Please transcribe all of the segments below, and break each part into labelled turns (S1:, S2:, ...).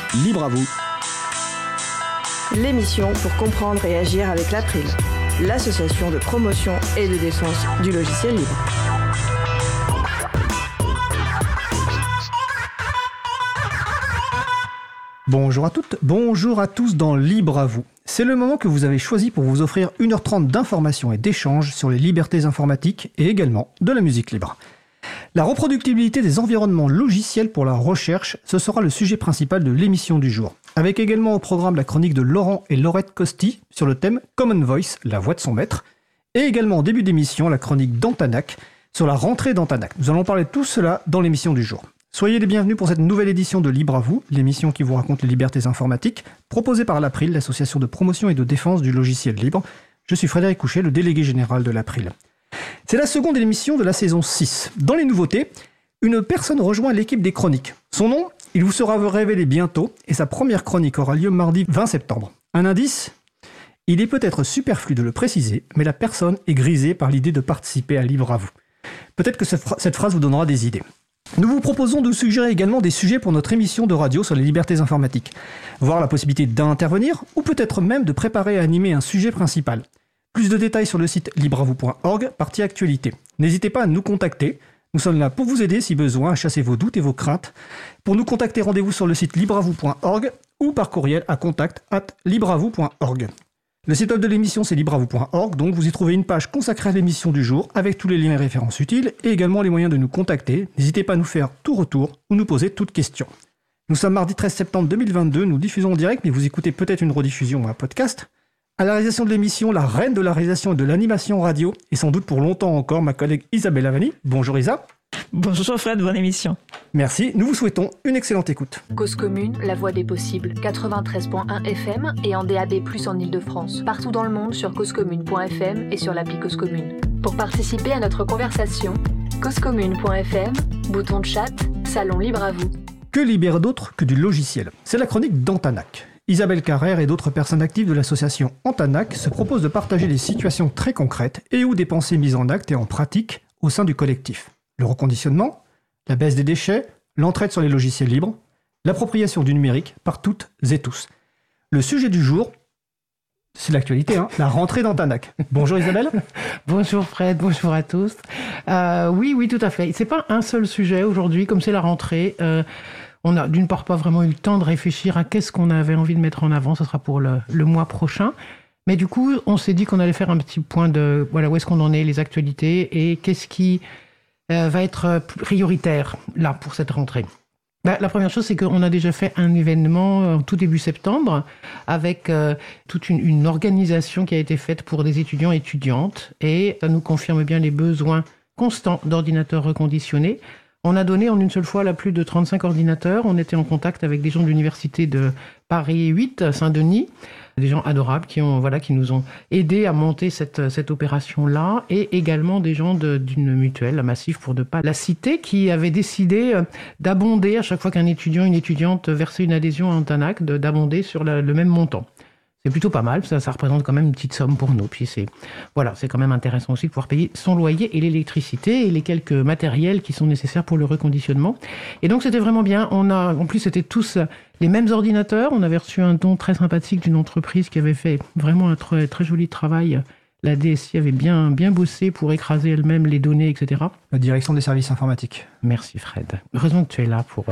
S1: Libre à vous.
S2: L'émission pour comprendre et agir avec l'April, l'association de promotion et de défense du logiciel libre.
S3: Bonjour à toutes, bonjour à tous dans Libre à vous. C'est le moment que vous avez choisi pour vous offrir 1h30 d'informations et d'échanges sur les libertés informatiques et également de la musique libre. La reproductibilité des environnements logiciels pour la recherche, ce sera le sujet principal de l'émission du jour. Avec également au programme la chronique de Laurent et Laurette Costi sur le thème Common Voice, la voix de son maître. Et également en début d'émission, la chronique d'Antanac sur la rentrée d'Antanac. Nous allons parler de tout cela dans l'émission du jour. Soyez les bienvenus pour cette nouvelle édition de Libre à vous, l'émission qui vous raconte les libertés informatiques, proposée par l'April, l'association de promotion et de défense du logiciel libre. Je suis Frédéric Couchet, le délégué général de l'April. C'est la seconde émission de la saison 6. Dans les nouveautés, une personne rejoint l'équipe des chroniques. Son nom, il vous sera révélé bientôt et sa première chronique aura lieu mardi 20 septembre. Un indice ? Il est peut-être superflu de le préciser, mais la personne est grisée par l'idée de participer à Libre à vous. Peut-être que cette phrase vous donnera des idées. Nous vous proposons de vous suggérer également des sujets pour notre émission de radio sur les libertés informatiques. Voir la possibilité d'intervenir ou peut-être même de préparer et animer un sujet principal. Plus de détails sur le site libreavou.org, partie actualité. N'hésitez pas à nous contacter. Nous sommes là pour vous aider si besoin à chasser vos doutes et vos craintes. Pour nous contacter, rendez-vous sur le site libreavou.org ou par courriel à contact@libreavou.org. Le site web de l'émission, c'est libreavou.org, donc vous y trouvez une page consacrée à l'émission du jour, avec tous les liens et références utiles, et également les moyens de nous contacter. N'hésitez pas à nous faire tout retour ou nous poser toute question. Nous sommes mardi 13 septembre 2022, nous diffusons en direct, mais vous écoutez peut-être une rediffusion ou un podcast. À la réalisation de l'émission, la reine de la réalisation et de l'animation radio, et sans doute pour longtemps encore, ma collègue Isabelle Avani. Bonjour Isa.
S4: Bonjour Fred, bonne émission.
S3: Merci, nous vous souhaitons une excellente écoute.
S5: Cause commune, la voix des possibles, 93.1 FM et en DAB+, en Ile-de-France. Partout dans le monde sur causecommune.fm et sur l'appli Cause Commune. Pour participer à notre conversation, causecommune.fm, bouton de chat, salon libre à vous.
S3: Que libère d'autre que du logiciel ? C'est la chronique d'Antanac. Isabelle Carrère et d'autres personnes actives de l'association Antanac se proposent de partager des situations très concrètes et ou des pensées mises en acte et en pratique au sein du collectif. Le reconditionnement, la baisse des déchets, l'entraide sur les logiciels libres, l'appropriation du numérique par toutes et tous. Le sujet du jour, c'est l'actualité, la rentrée d'Antanac. Bonjour Isabelle.
S6: Bonjour Fred, bonjour à tous. Oui, tout à fait. C'est pas un seul sujet aujourd'hui, comme c'est la rentrée. On n'a d'une part pas vraiment eu le temps de réfléchir à qu'est-ce qu'on avait envie de mettre en avant. Ce sera pour le mois prochain. Mais du coup, on s'est dit qu'on allait faire un petit point de où est-ce qu'on en est, les actualités et qu'est-ce qui va être prioritaire là pour cette rentrée. La première chose, c'est qu'on a déjà fait un événement en tout début septembre avec toute une organisation qui a été faite pour des étudiants et étudiantes et ça nous confirme bien les besoins constants d'ordinateurs reconditionnés. On a donné en une seule fois plus de 35 ordinateurs. On était en contact avec des gens de l'université de Paris 8, Saint-Denis, des gens adorables qui nous ont aidés à monter cette opération-là, et également des gens d'une mutuelle, la Massif pour ne pas la citer, qui avait décidé d'abonder à chaque fois qu'un étudiant, une étudiante versait une adhésion à Antanac, d'abonder sur le même montant. C'est plutôt pas mal, ça représente quand même une petite somme pour nous. Puis c'est quand même intéressant aussi de pouvoir payer son loyer et l'électricité et les quelques matériels qui sont nécessaires pour le reconditionnement. Et donc c'était vraiment bien. En plus c'était tous les mêmes ordinateurs. On avait reçu un don très sympathique d'une entreprise qui avait fait vraiment un très, très joli travail. La DSI avait bien bossé pour écraser elle-même les données, etc.
S3: La direction des services informatiques.
S6: Merci Fred. Heureusement que tu es là pour...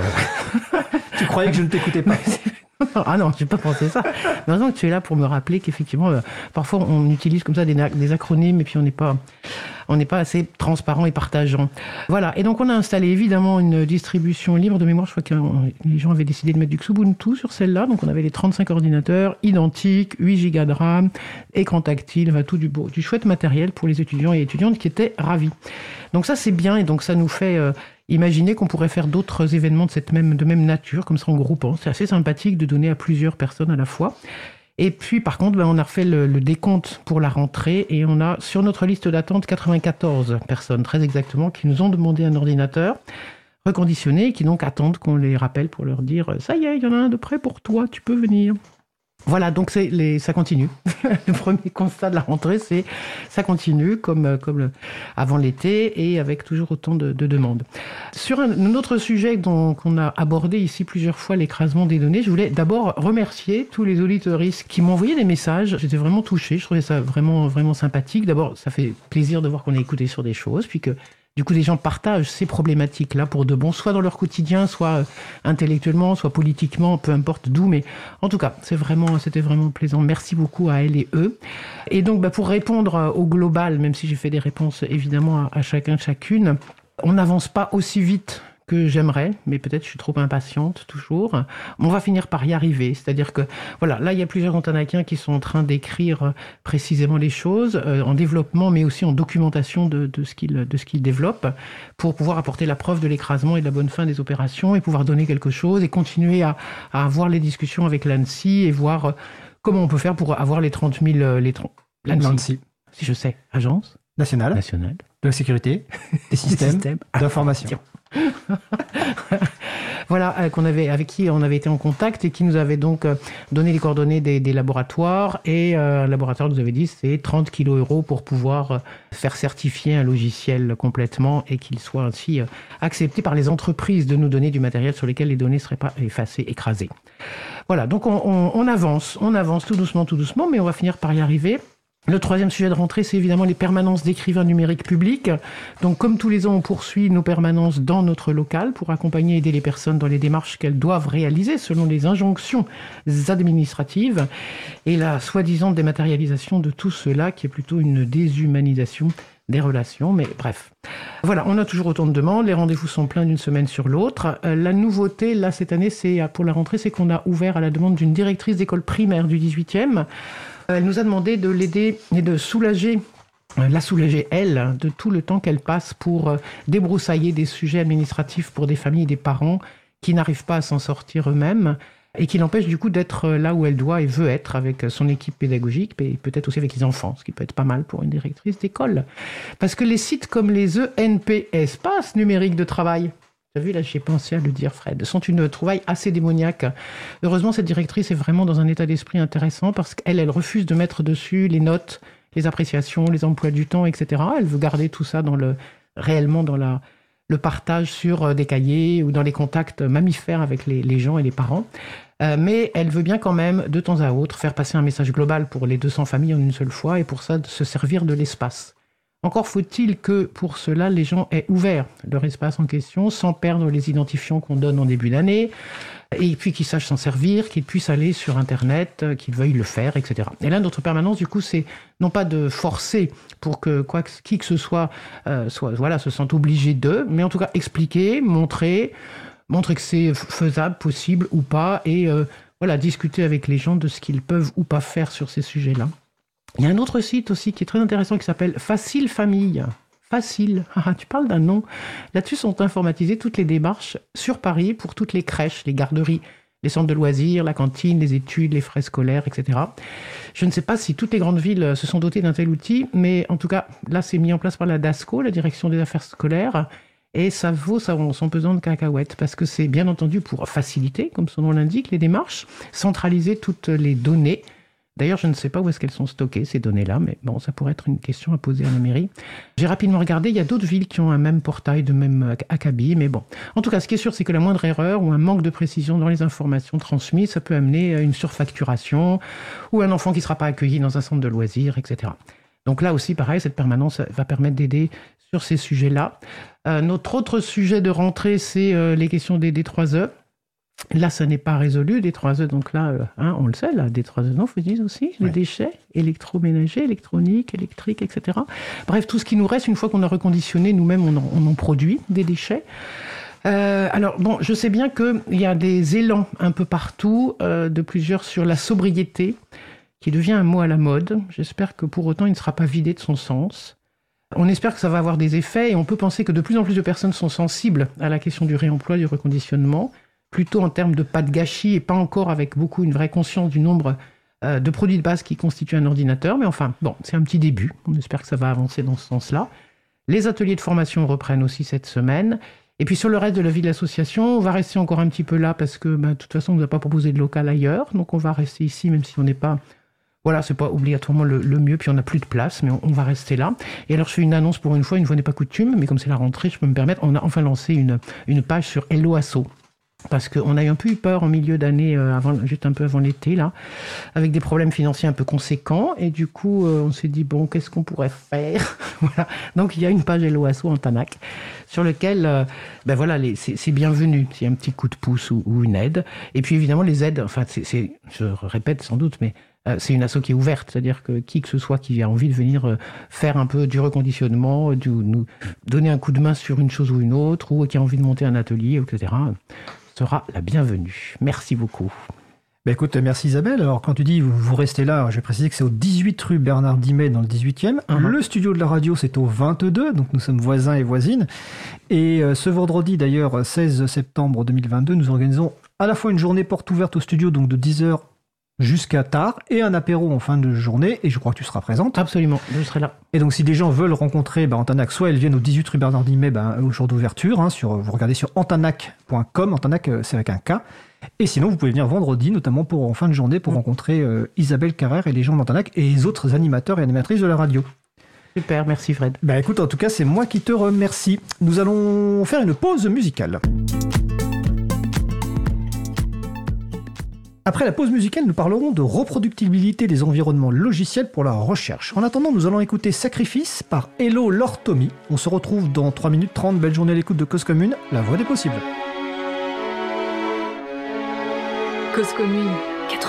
S3: Tu croyais que je ne t'écoutais pas.
S6: Ah non, j'ai pas pensé ça. Mais heureusement que tu es là pour me rappeler qu'effectivement, parfois on utilise comme ça des acronymes et puis on n'est pas assez transparent et partageant. Voilà. Et donc on a installé évidemment une distribution libre de mémoire. Je crois que les gens avaient décidé de mettre du Xubuntu sur celle-là. Donc on avait les 35 ordinateurs identiques, 8 Go de RAM, écran tactile, tout du chouette matériel pour les étudiants et étudiantes qui étaient ravis. Donc ça c'est bien et donc ça nous fait imaginer qu'on pourrait faire d'autres événements de même nature, comme ça en groupant. C'est assez sympathique de donner à plusieurs personnes à la fois. Et puis, par contre, on a refait le décompte pour la rentrée et on a sur notre liste d'attente 94 personnes, très exactement, qui nous ont demandé un ordinateur reconditionné et qui donc attendent qu'on les rappelle pour leur dire « Ça y est, il y en a un de prêt pour toi, tu peux venir ». Voilà, donc ça continue. Le premier constat de la rentrée, c'est ça continue comme avant l'été et avec toujours autant de demandes. Sur un autre sujet qu'on a abordé ici plusieurs fois, l'écrasement des données, je voulais d'abord remercier tous les auditeuristes qui m'ont envoyé des messages. J'étais vraiment touché, je trouvais ça vraiment, vraiment sympathique. D'abord, ça fait plaisir de voir qu'on est écouté sur des choses, puis que du coup, les gens partagent ces problématiques-là pour de bon, soit dans leur quotidien, soit intellectuellement, soit politiquement, peu importe d'où. Mais en tout cas, c'était vraiment plaisant. Merci beaucoup à elles et eux. Et donc, pour répondre au global, même si j'ai fait des réponses évidemment à chacun, chacune, on n'avance pas aussi vite que j'aimerais, mais peut-être je suis trop impatiente toujours. On va finir par y arriver. C'est-à-dire que, voilà, là, il y a plusieurs Antanakiens qui sont en train d'écrire précisément les choses, en développement, mais aussi en documentation de ce qu'ils développent, pour pouvoir apporter la preuve de l'écrasement et de la bonne fin des opérations, et pouvoir donner quelque chose, et continuer à avoir les discussions avec l'ANSSI, et voir comment on peut faire pour avoir les 30 000...
S3: L'ANSSI.
S6: Si je sais, Agence
S3: nationale de la sécurité des systèmes d'information.
S6: Voilà, avec qui on avait été en contact et qui nous avait donc donné les coordonnées des laboratoires. Et un laboratoire nous avait dit c'est 30 kg pour pouvoir faire certifier un logiciel complètement et qu'il soit ainsi accepté par les entreprises de nous donner du matériel sur lequel les données ne seraient pas effacées, écrasées. Voilà, donc on avance tout doucement, mais on va finir par y arriver. Le troisième sujet de rentrée, c'est évidemment les permanences d'écrivains numériques publics. Donc, comme tous les ans, on poursuit nos permanences dans notre local pour accompagner et aider les personnes dans les démarches qu'elles doivent réaliser selon les injonctions administratives et la soi-disant dématérialisation de tout cela, qui est plutôt une déshumanisation des relations, mais bref. Voilà, on a toujours autant de demandes, les rendez-vous sont pleins d'une semaine sur l'autre. La nouveauté, là, cette année, pour la rentrée, c'est qu'on a ouvert à la demande d'une directrice d'école primaire du 18e. Elle nous a demandé de l'aider et de la soulager, elle, de tout le temps qu'elle passe pour débroussailler des sujets administratifs pour des familles et des parents qui n'arrivent pas à s'en sortir eux-mêmes et qui l'empêchent du coup d'être là où elle doit et veut être avec son équipe pédagogique et peut-être aussi avec les enfants, ce qui peut être pas mal pour une directrice d'école. Parce que les sites comme les ENP, espaces numériques de travail, tu as vu, là, j'ai pensé à le dire, Fred, sont une trouvaille assez démoniaque. Heureusement, cette directrice est vraiment dans un état d'esprit intéressant parce qu'elle refuse de mettre dessus les notes, les appréciations, les emplois du temps, etc. Elle veut garder tout ça réellement dans le partage sur des cahiers ou dans les contacts mammifères avec les gens et les parents. Mais elle veut bien quand même, de temps à autre, faire passer un message global pour les 200 familles en une seule fois et pour ça, de se servir de l'espace. Encore faut-il que, pour cela, les gens aient ouvert leur espace en question sans perdre les identifiants qu'on donne en début d'année, et puis qu'ils sachent s'en servir, qu'ils puissent aller sur Internet, qu'ils veuillent le faire, etc. Et là, notre permanence, du coup, c'est non pas de forcer pour que qui que ce soit, se sente obligé de, mais en tout cas expliquer, montrer que c'est faisable, possible ou pas, et discuter avec les gens de ce qu'ils peuvent ou pas faire sur ces sujets-là. Il y a un autre site aussi qui est très intéressant qui s'appelle Facile Famille. Facile, tu parles d'un nom. Là-dessus sont informatisées toutes les démarches sur Paris pour toutes les crèches, les garderies, les centres de loisirs, la cantine, les études, les frais scolaires, etc. Je ne sais pas si toutes les grandes villes se sont dotées d'un tel outil, mais en tout cas, là, c'est mis en place par la DASCO, la Direction des Affaires Scolaires, et ça vaut son pesant de cacahuètes, parce que c'est bien entendu pour faciliter, comme son nom l'indique, les démarches, centraliser toutes les données. D'ailleurs, je ne sais pas où est-ce qu'elles sont stockées, ces données-là, mais bon, ça pourrait être une question à poser à la mairie. J'ai rapidement regardé, il y a d'autres villes qui ont un même portail, de même acabit, mais bon. En tout cas, ce qui est sûr, c'est que la moindre erreur ou un manque de précision dans les informations transmises, ça peut amener à une surfacturation ou un enfant qui ne sera pas accueilli dans un centre de loisirs, etc. Donc là aussi, pareil, cette permanence va permettre d'aider sur ces sujets-là. Notre autre sujet de rentrée, c'est les questions des D3E. Là, ça n'est pas résolu, des 3E, donc là, on le sait, là, des 3E, non, faut dire aussi, les déchets électroménagers, électroniques, électriques, etc. Bref, tout ce qui nous reste, une fois qu'on a reconditionné, nous-mêmes, on en produit des déchets. Alors, bon, je sais bien qu'il y a des élans un peu partout, de plusieurs sur la sobriété, qui devient un mot à la mode. J'espère que pour autant, il ne sera pas vidé de son sens. On espère que ça va avoir des effets, et on peut penser que de plus en plus de personnes sont sensibles à la question du réemploi, du reconditionnement, plutôt en termes de pas de gâchis et pas encore avec une vraie conscience du nombre de produits de base qui constituent un ordinateur. Mais enfin, bon, c'est un petit début. On espère que ça va avancer dans ce sens-là. Les ateliers de formation reprennent aussi cette semaine. Et puis sur le reste de la vie de l'association, on va rester encore un petit peu là parce que de toute façon, on ne nous a pas proposé de local ailleurs. Donc on va rester ici, même si on n'est pas... Voilà, c'est pas obligatoirement le mieux, puis on n'a plus de place, mais on va rester là. Et alors je fais une annonce pour une fois n'est pas coutume, mais comme c'est la rentrée, je peux me permettre, on a enfin lancé une page sur Hello Asso. Parce qu'on a eu un peu eu peur en milieu d'année, juste un peu avant l'été, là, avec des problèmes financiers un peu conséquents. Et du coup, on s'est dit, bon, qu'est-ce qu'on pourrait faire? Voilà. Donc, il y a une page Hello Asso en Tanac, sur lequel, c'est bienvenu, s'il y a un petit coup de pouce ou une aide. Et puis, évidemment, les aides, enfin, je répète sans doute, mais c'est une asso qui est ouverte. C'est-à-dire que qui que ce soit qui a envie de venir faire un peu du reconditionnement, nous donner un coup de main sur une chose ou une autre, ou qui a envie de monter un atelier, etc., sera la bienvenue. Merci beaucoup.
S3: Écoute, merci Isabelle. Alors, quand tu dis vous restez là, je vais préciser que c'est au 18 rue Bernard Dimet dans le 18e. Le studio de la radio, c'est au 22, donc nous sommes voisins et voisines. Et ce vendredi, d'ailleurs, 16 septembre 2022, nous organisons à la fois une journée porte ouverte au studio, donc de 10h jusqu'à tard, et un apéro en fin de journée, et je crois que tu seras présente.
S6: Absolument, je serai là.
S3: Et donc si des gens veulent rencontrer Antanac, soit elles viennent au 18 rue Bernard Dimet au jour d'ouverture, vous regardez sur antanac.com, Antanac c'est avec un K, et sinon vous pouvez venir vendredi, notamment en fin de journée, pour rencontrer Isabelle Carrère et les gens d'Antanac, et les autres animateurs et animatrices de la radio.
S6: Super, merci Fred.
S3: Écoute, en tout cas c'est moi qui te remercie. Nous allons faire une pause musicale. Après la pause musicale, nous parlerons de reproductibilité des environnements logiciels pour la recherche. En attendant, nous allons écouter Sacrifice par Hello Lord Tommy. On se retrouve dans 3 minutes 30. Belle journée à l'écoute de Cause Commune, la voix des possibles.
S5: Cause Commune 93.1.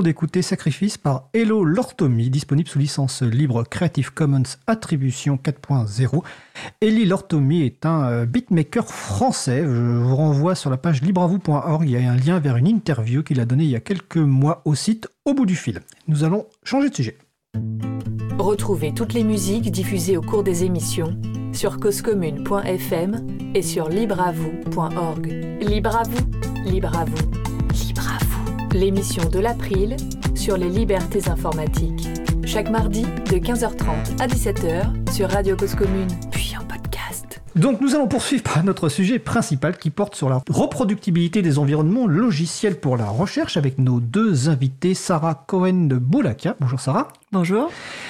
S3: venons d'écouter Sacrifice par Hello Lortomy, disponible sous licence libre Creative Commons Attribution 4.0. Eli Lortomy est un beatmaker français. Je vous renvoie sur la page libreavou.org. Il y a un lien vers une interview qu'il a donnée il y a quelques mois au site Au bout du fil. Nous allons changer de sujet.
S5: Retrouvez toutes les musiques diffusées au cours des émissions sur causecommune.fm et sur libreavou.org. Libre à vous, libre à vous, libre à vous. L'émission de l'April sur les libertés informatiques. Chaque mardi de 15h30 à 17h sur Radio Cause Commune, puis en podcast.
S3: Donc nous allons poursuivre par notre sujet principal qui porte sur la reproductibilité des environnements logiciels pour la recherche avec nos deux invités, Sarah Cohen-Boulakia. Bonjour Sarah.
S4: Bonjour.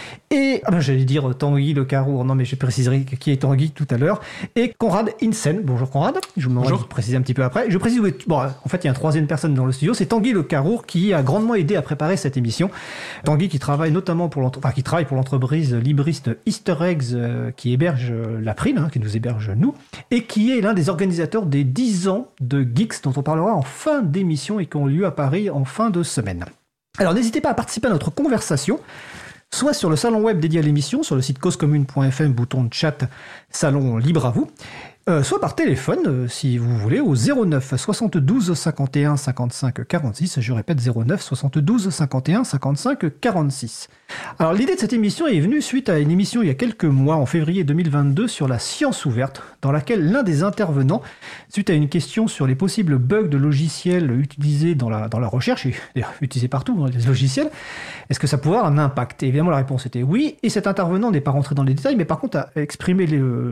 S3: Et, j'allais dire Tanguy Le Carour, non mais je préciserai qui est Tanguy tout à l'heure, et Konrad Hinsen. Bonjour Konrad, je vous demanderai de préciser un petit peu après. Je précise, en fait il y a une troisième personne dans le studio, c'est Tanguy Le Carour qui a grandement aidé à préparer cette émission. Tanguy qui travaille notamment pour l'entreprise libriste Easter Eggs qui héberge l'April, qui nous héberge nous, et qui est l'un des organisateurs des 10 ans de Geeks dont on parlera en fin d'émission et qui ont lieu à Paris en fin de semaine. Alors n'hésitez pas à participer à notre conversation, soit sur le salon web dédié à l'émission, sur le site causecommune.fm, bouton de chat, salon libre à vous, soit par téléphone, si vous voulez, au 09 72 51 55 46. Je répète, 09 72 51 55 46. Alors, l'idée de cette émission est venue suite à une émission il y a quelques mois, en février 2022, sur la science ouverte, dans laquelle l'un des intervenants, suite à une question sur les possibles bugs de logiciels utilisés dans la recherche, et d'ailleurs utilisés partout dans les logiciels, est-ce que ça pourrait avoir un impact ? Et évidemment, la réponse était oui, et cet intervenant n'est pas rentré dans les détails, mais par contre a exprimé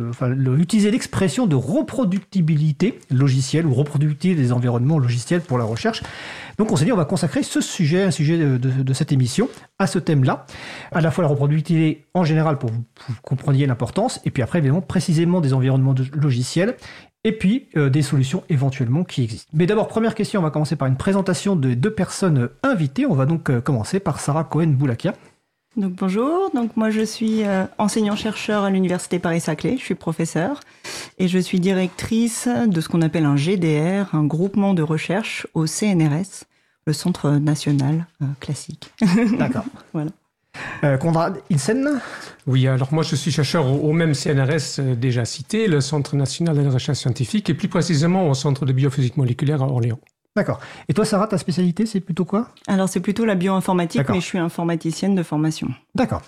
S3: utilisé l'expression de reproductibilité logicielle ou reproductibilité des environnements logiciels pour la recherche. Donc on s'est dit on va consacrer un sujet de cette émission à ce thème-là, à la fois la reproductibilité en général pour que vous compreniez l'importance, et puis après évidemment précisément des environnements logiciels, et puis des solutions éventuellement qui existent. Mais d'abord, première question, on va commencer par une présentation de deux personnes invitées. On va donc commencer par Sarah Cohen-Boulakia.
S4: Donc bonjour, donc moi je suis enseignant-chercheur à l'Université Paris-Saclay, je suis professeure et je suis directrice de ce qu'on appelle un GDR, un groupement de recherche au CNRS, le Centre National Classique.
S3: D'accord.
S4: Voilà.
S3: Konrad Hinsen.
S1: Oui, alors moi je suis chercheur au même CNRS déjà cité, le Centre National de Recherche Scientifique, et plus précisément au Centre de Biophysique Moléculaire à Orléans.
S3: D'accord. Et toi, Sarah, ta spécialité, c'est plutôt quoi ?
S4: Alors, c'est plutôt la bioinformatique,
S3: D'accord.
S4: Mais je suis informaticienne de formation.
S3: D'accord.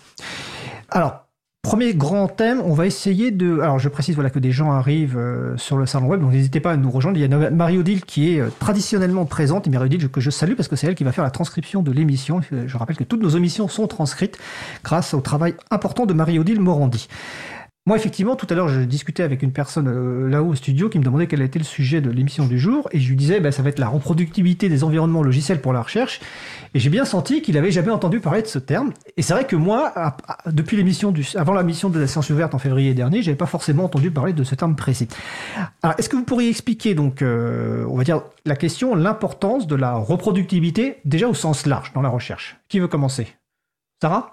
S3: Alors, premier grand thème, on va essayer de... Alors, je précise que des gens arrivent sur le salon web, donc n'hésitez pas à nous rejoindre. Il y a Marie-Odile qui est traditionnellement présente, et Marie-Odile que je salue parce que c'est elle qui va faire la transcription de l'émission. Je rappelle que toutes nos émissions sont transcrites grâce au travail important de Marie-Odile Morandi. Moi, effectivement, tout à l'heure, je discutais avec une personne là-haut au studio qui me demandait quel était le sujet de l'émission du jour, et je lui disais, ça va être la reproductibilité des environnements logiciels pour la recherche, et j'ai bien senti qu'il n'avait jamais entendu parler de ce terme. Et c'est vrai que moi, depuis avant la mission de la science ouverte en février dernier, j'avais pas forcément entendu parler de ce terme précis. Alors, est-ce que vous pourriez expliquer donc, on va dire, la question, l'importance de la reproductibilité, déjà au sens large dans la recherche ? Qui veut commencer ? Sarah ?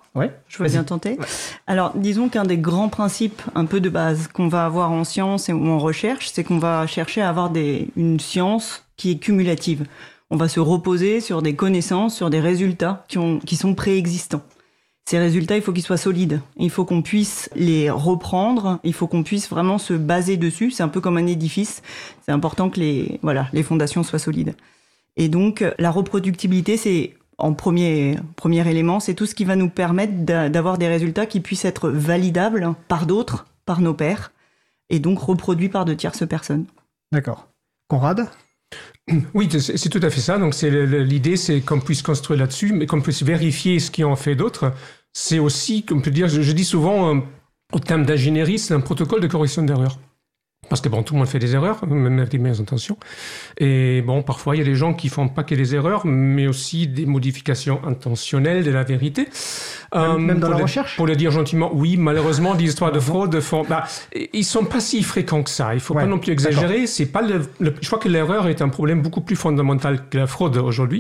S3: Ouais,
S4: je veux bien tenter. Ouais. Alors, disons qu'un des grands principes un peu de base qu'on va avoir en science ou en recherche, c'est qu'on va chercher à avoir une science qui est cumulative. On va se reposer sur des connaissances, sur des résultats qui sont préexistants. Ces résultats, il faut qu'ils soient solides. Il faut qu'on puisse les reprendre. Il faut qu'on puisse vraiment se baser dessus. C'est un peu comme un édifice. C'est important que les fondations soient solides. Et donc, la reproductibilité, c'est... En premier élément, c'est tout ce qui va nous permettre d'avoir des résultats qui puissent être validables par d'autres, par nos pairs, et donc reproduits par de tierces personnes.
S3: D'accord. Konrad ?
S1: Oui, c'est tout à fait ça. Donc l'idée, c'est qu'on puisse construire là-dessus, mais qu'on puisse vérifier ce qui en fait d'autres. C'est aussi, on peut dire, je dis souvent, au terme d'ingénierie, c'est un protocole de correction d'erreurs. Parce que tout le monde fait des erreurs, même avec les meilleures intentions. Et parfois, il y a des gens qui font pas que des erreurs, mais aussi des modifications intentionnelles de la vérité.
S3: Même dans la recherche ?
S1: Pour le dire gentiment, oui, malheureusement, des histoires de fraude ils sont pas si fréquents que ça. Il faut pas non plus exagérer. C'est pas je crois que l'erreur est un problème beaucoup plus fondamental que la fraude aujourd'hui.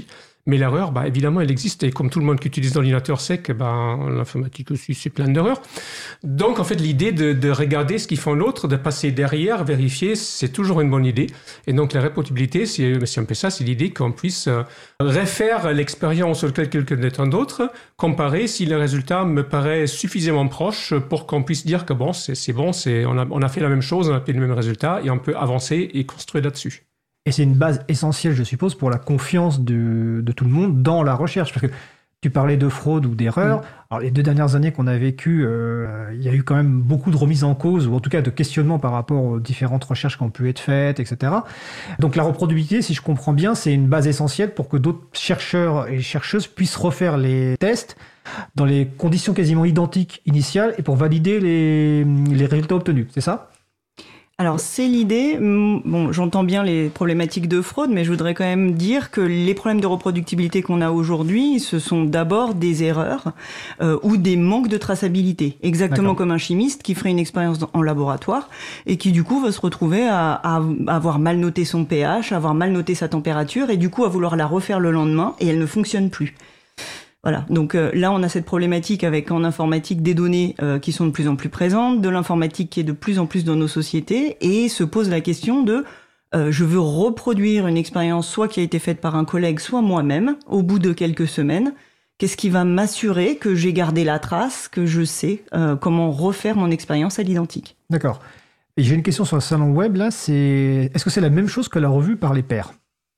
S1: Mais l'erreur, évidemment, elle existe. Et comme tout le monde qui utilise l'ordinateur sait que l'informatique aussi, c'est plein d'erreurs. Donc, en fait, l'idée de regarder ce qu'ils font l'autre, de passer derrière, vérifier, c'est toujours une bonne idée. Et donc, la reproductibilité, c'est un peu ça, c'est l'idée qu'on puisse refaire l'expérience sur quelqu'un d'autre, comparer si le résultat me paraît suffisamment proche pour qu'on puisse dire que c'est bon, on a fait la même chose, on a fait le même résultat, et on peut avancer et construire là-dessus.
S3: Et c'est une base essentielle, je suppose, pour la confiance de tout le monde dans la recherche. Parce que tu parlais de fraude ou d'erreur. Alors, les 2 dernières années qu'on a vécues, il y a eu quand même beaucoup de remises en cause, ou en tout cas de questionnements par rapport aux différentes recherches qui ont pu être faites, etc. Donc la reproductibilité, si je comprends bien, c'est une base essentielle pour que d'autres chercheurs et chercheuses puissent refaire les tests dans les conditions quasiment identiques initiales et pour valider les résultats obtenus. C'est ça ?
S4: Alors, c'est l'idée. Bon, j'entends bien les problématiques de fraude, mais je voudrais quand même dire que les problèmes de reproductibilité qu'on a aujourd'hui, ce sont d'abord des erreurs ou des manques de traçabilité. Exactement comme un chimiste qui ferait une expérience en laboratoire et qui, du coup, va se retrouver à avoir mal noté son pH, à avoir mal noté sa température et, du coup, à vouloir la refaire le lendemain et elle ne fonctionne plus. Voilà, donc là on a cette problématique avec en informatique des données qui sont de plus en plus présentes, de l'informatique qui est de plus en plus dans nos sociétés et se pose la question de je veux reproduire une expérience soit qui a été faite par un collègue, soit moi-même au bout de quelques semaines. Qu'est-ce qui va m'assurer que j'ai gardé la trace, que je sais comment refaire mon expérience à l'identique.
S3: D'accord. Et j'ai une question sur le salon web là, est-ce que c'est la même chose que la revue par les pairs ?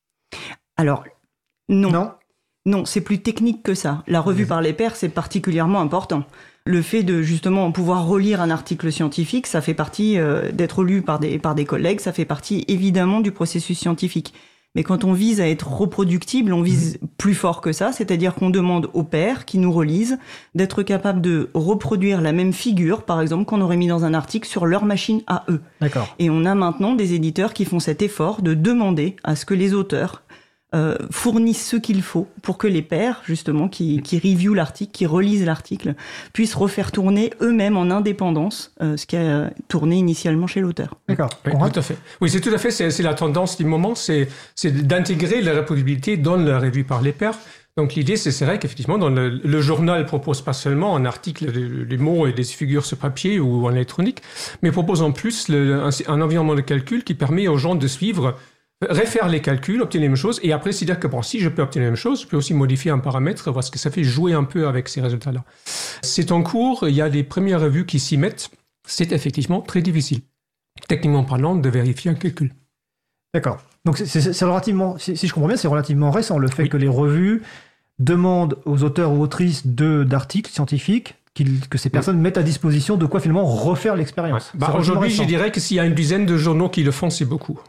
S4: Alors, non.
S3: Non ?
S4: Non, c'est plus technique que ça. La revue par les pairs, c'est particulièrement important. Le fait de justement pouvoir relire un article scientifique, ça fait partie d'être lu par des collègues, ça fait partie évidemment du processus scientifique. Mais quand on vise à être reproductible, on vise plus fort que ça, c'est-à-dire qu'on demande aux pairs qui nous relisent d'être capables de reproduire la même figure, par exemple, qu'on aurait mis dans un article sur leur machine à eux.
S3: D'accord.
S4: Et on a maintenant des éditeurs qui font cet effort de demander à ce que les auteurs fournissent ce qu'il faut pour que les pairs, justement, qui reviewent l'article, qui relisent l'article, puissent refaire tourner eux-mêmes en indépendance ce qui a tourné initialement chez l'auteur.
S3: D'accord.
S1: Oui, tout à fait. Oui, c'est tout à fait, c'est la tendance du moment, c'est d'intégrer la reproductibilité dans la revue par les pairs. Donc l'idée, c'est vrai qu'effectivement, dans le journal propose pas seulement un article, des mots et des figures sur papier ou en électronique, mais propose en plus un environnement de calcul qui permet aux gens de suivre, refaire les calculs, obtenir les mêmes choses, et après, c'est-à-dire que si je peux obtenir les mêmes choses, je peux aussi modifier un paramètre, voir ce que ça fait, jouer un peu avec ces résultats-là. C'est en cours, il y a des premières revues qui s'y mettent, c'est effectivement très difficile, techniquement parlant, de vérifier un calcul.
S3: D'accord. Donc c'est relativement, si je comprends bien, c'est relativement récent, le fait que les revues demandent aux auteurs ou autrices d'articles scientifiques que ces personnes mettent à disposition de quoi finalement refaire l'expérience.
S1: Aujourd'hui, je dirais que s'il y a une dizaine de journaux qui le font, c'est beaucoup.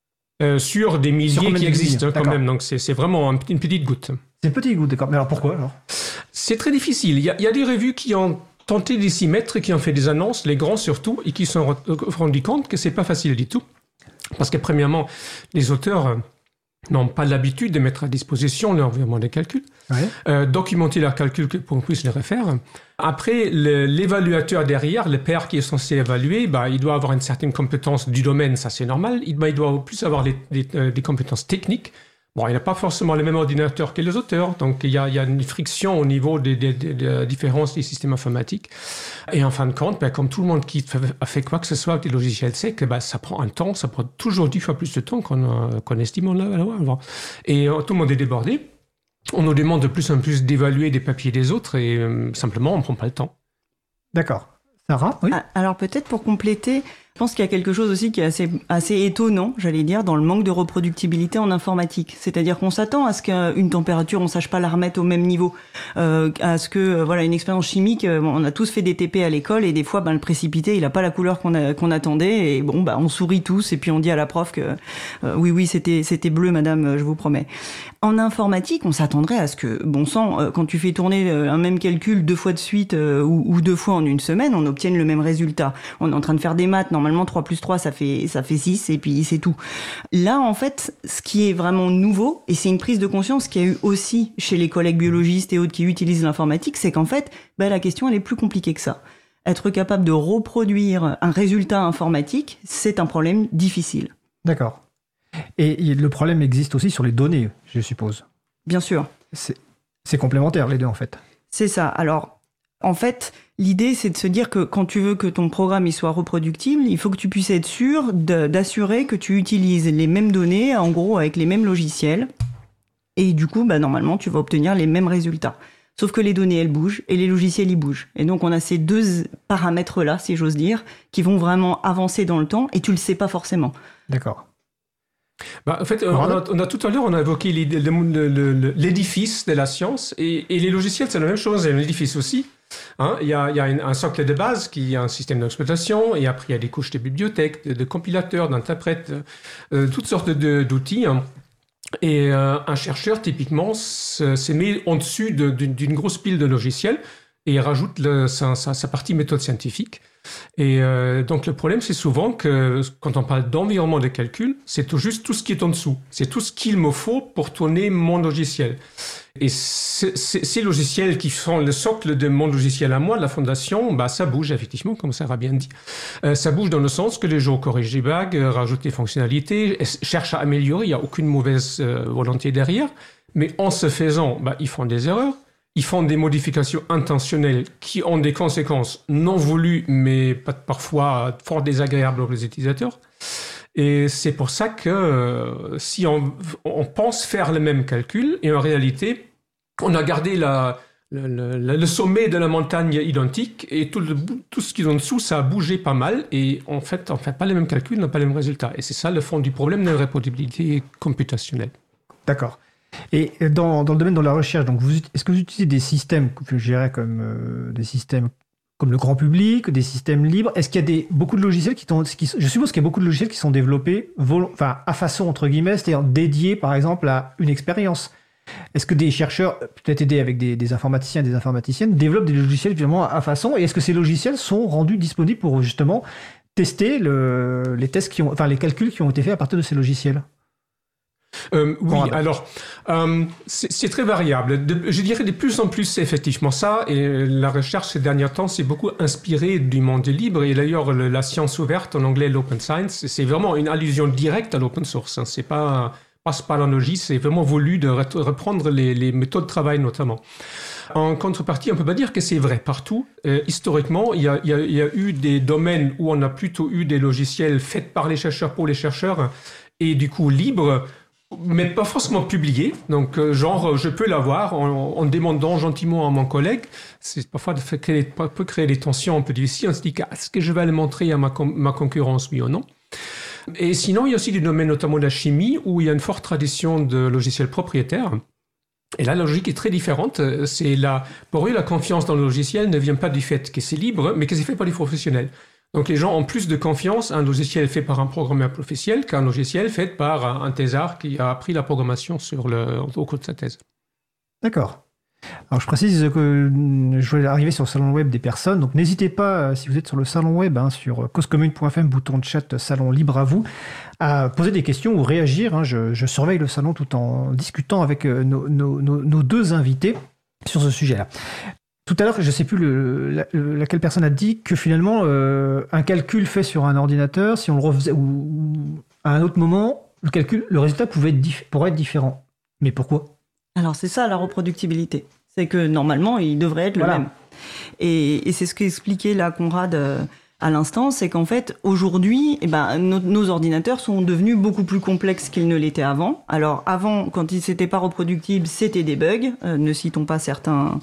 S1: Sur des milliers qui existent quand même, donc c'est vraiment une petite goutte.
S3: C'est une petite goutte, d'accord. Mais alors pourquoi alors ?
S1: C'est très difficile. Il y a des revues qui ont tenté de s'y mettre, qui ont fait des annonces, les grands surtout, et qui se sont rendus compte que c'est pas facile du tout. Parce que premièrement, les auteurs n'ont pas l'habitude de mettre à disposition leur environnement de calcul, documenter leurs calculs pour qu'on puisse les refaire. Après, l'évaluateur derrière, le pair qui est censé évaluer, il doit avoir une certaine compétence du domaine, ça c'est normal. Il doit plus avoir des compétences techniques. Bon, il n'a pas forcément le même ordinateur que les auteurs, donc il y a une friction au niveau des différences des systèmes informatiques. Et en fin de compte, comme tout le monde qui a fait quoi que ce soit avec des logiciels secs, ça prend un temps, ça prend toujours 10 fois plus de temps qu'on estime l'avoir. Et tout le monde est débordé. On nous demande de plus en plus d'évaluer des papiers des autres et simplement, on ne prend pas le temps.
S3: D'accord. Sarah, oui.
S4: Alors peut-être pour compléter, je pense qu'il y a quelque chose aussi qui est assez étonnant, j'allais dire, dans le manque de reproductibilité en informatique. C'est-à-dire qu'on s'attend à ce qu'une température, on sache pas la remettre au même niveau, à ce que une expérience chimique, on a tous fait des TP à l'école et des fois, le précipité, il a pas la couleur qu'on attendait et on sourit tous et puis on dit à la prof que oui, c'était bleu, madame, je vous promets. En informatique, on s'attendrait à ce que, bon sang, quand tu fais tourner un même calcul 2 fois de suite ou 2 fois en une semaine, on obtienne le même résultat. On est en train de faire des maths, normalement 3 plus 3 ça fait 6 et puis c'est tout. Là en fait, ce qui est vraiment nouveau, et c'est une prise de conscience qu'il y a eu aussi chez les collègues biologistes et autres qui utilisent l'informatique, c'est qu'en fait, la question elle est plus compliquée que ça. Être capable de reproduire un résultat informatique, c'est un problème difficile.
S3: D'accord. Et le problème existe aussi sur les données, je suppose.
S4: Bien sûr.
S3: C'est complémentaire, les deux, en fait.
S4: C'est ça. Alors, en fait, l'idée, c'est de se dire que quand tu veux que ton programme il soit reproductible, il faut que tu puisses être sûr d'assurer que tu utilises les mêmes données, en gros, avec les mêmes logiciels. Et du coup, normalement, tu vas obtenir les mêmes résultats. Sauf que les données, elles bougent et les logiciels, ils bougent. Et donc, on a ces deux paramètres-là, si j'ose dire, qui vont vraiment avancer dans le temps et tu le sais pas forcément.
S3: D'accord.
S1: En fait, on a tout à l'heure, on a évoqué l'édifice de la science et les logiciels, c'est la même chose, il y a un édifice aussi. Hein, il y a un socle de base qui est un système d'exploitation et après il y a des couches de bibliothèques, de compilateurs, d'interprètes, toutes sortes d'outils. Hein. Et un chercheur, typiquement, se met en dessus d'une grosse pile de logiciels et il rajoute sa partie méthode scientifique. Et donc le problème, c'est souvent que quand on parle d'environnement de calcul, c'est tout juste tout ce qui est en dessous. C'est tout ce qu'il me faut pour tourner mon logiciel. Et ces logiciels qui font le socle de mon logiciel à moi, de la fondation, ça bouge effectivement, comme Sarah a bien dit. Ça bouge dans le sens que les gens corrigent des bugs, rajoutent des fonctionnalités, cherchent à améliorer, il n'y a aucune mauvaise volonté derrière. Mais en ce faisant, ils font des erreurs. Ils font des modifications intentionnelles qui ont des conséquences non voulues, mais parfois fort désagréables pour les utilisateurs. Et c'est pour ça que si on pense faire le même calcul, et en réalité, on a gardé le sommet de la montagne identique, et tout ce qui est en dessous, ça a bougé pas mal, et en fait, on ne fait pas les mêmes calculs, on n'a pas les mêmes résultats. Et c'est ça le fond du problème de la reproductibilité computationnelle.
S3: D'accord. Et dans le domaine de la recherche, donc est-ce que vous utilisez des systèmes, je dirais, comme des systèmes comme le grand public, des systèmes libres? Est-ce qu'il y a beaucoup de logiciels je suppose qu'il y a beaucoup de logiciels qui sont développés à façon, entre guillemets, c'est-à-dire dédiés, par exemple, à une expérience. Est-ce que des chercheurs, peut-être aidés avec des informaticiens et des informaticiennes, développent des logiciels finalement à façon? Et est-ce que ces logiciels sont rendus disponibles pour justement tester les calculs qui ont été faits à partir de ces logiciels?
S1: Oui, alors, c'est très variable. Je dirais de plus en plus, c'est effectivement ça. Et la recherche ces derniers temps s'est beaucoup inspirée du monde libre. Et d'ailleurs, la science ouverte, en anglais, l'open science, c'est vraiment une allusion directe à l'open source. Hein. C'est pas l'analogie, c'est vraiment voulu de reprendre les méthodes de travail, notamment. En contrepartie, on ne peut pas dire que c'est vrai partout. Historiquement, il y a eu des domaines où on a plutôt eu des logiciels faits par les chercheurs pour les chercheurs et du coup libres, mais pas forcément publié. Donc, je peux l'avoir en demandant gentiment à mon collègue. C'est parfois peut créer des tensions un peu difficiles. On se dit, est-ce que je vais le montrer à ma concurrence, oui ou non? Et sinon, il y a aussi des domaines, notamment de la chimie, où il y a une forte tradition de logiciels propriétaires. Et là, la logique est très différente. Pour eux, la confiance dans le logiciel ne vient pas du fait que c'est libre, mais que c'est fait par des professionnels. Donc les gens ont plus de confiance à un logiciel fait par un programmeur professionnel qu'un logiciel fait par un thésard qui a appris la programmation au cours de sa thèse.
S3: D'accord. Alors je précise que je vais arriver sur le salon web des personnes, donc n'hésitez pas, si vous êtes sur le salon web, sur causecommune.fm, bouton de chat, salon libre à vous, à poser des questions ou réagir. Je surveille le salon tout en discutant avec nos deux invités sur ce sujet-là. Tout à l'heure, je ne sais plus laquelle personne a dit que finalement, un calcul fait sur un ordinateur, si on le refaisait ou à un autre moment, le résultat pourrait être différent. Mais pourquoi ?
S4: Alors c'est ça la reproductibilité. C'est que normalement, il devrait être le même. Et c'est ce qu'expliquait là Conrad à l'instant, c'est qu'en fait, aujourd'hui, nos ordinateurs sont devenus beaucoup plus complexes qu'ils ne l'étaient avant. Alors avant, quand ils n'étaient pas reproductibles, c'était des bugs. Ne citons pas certains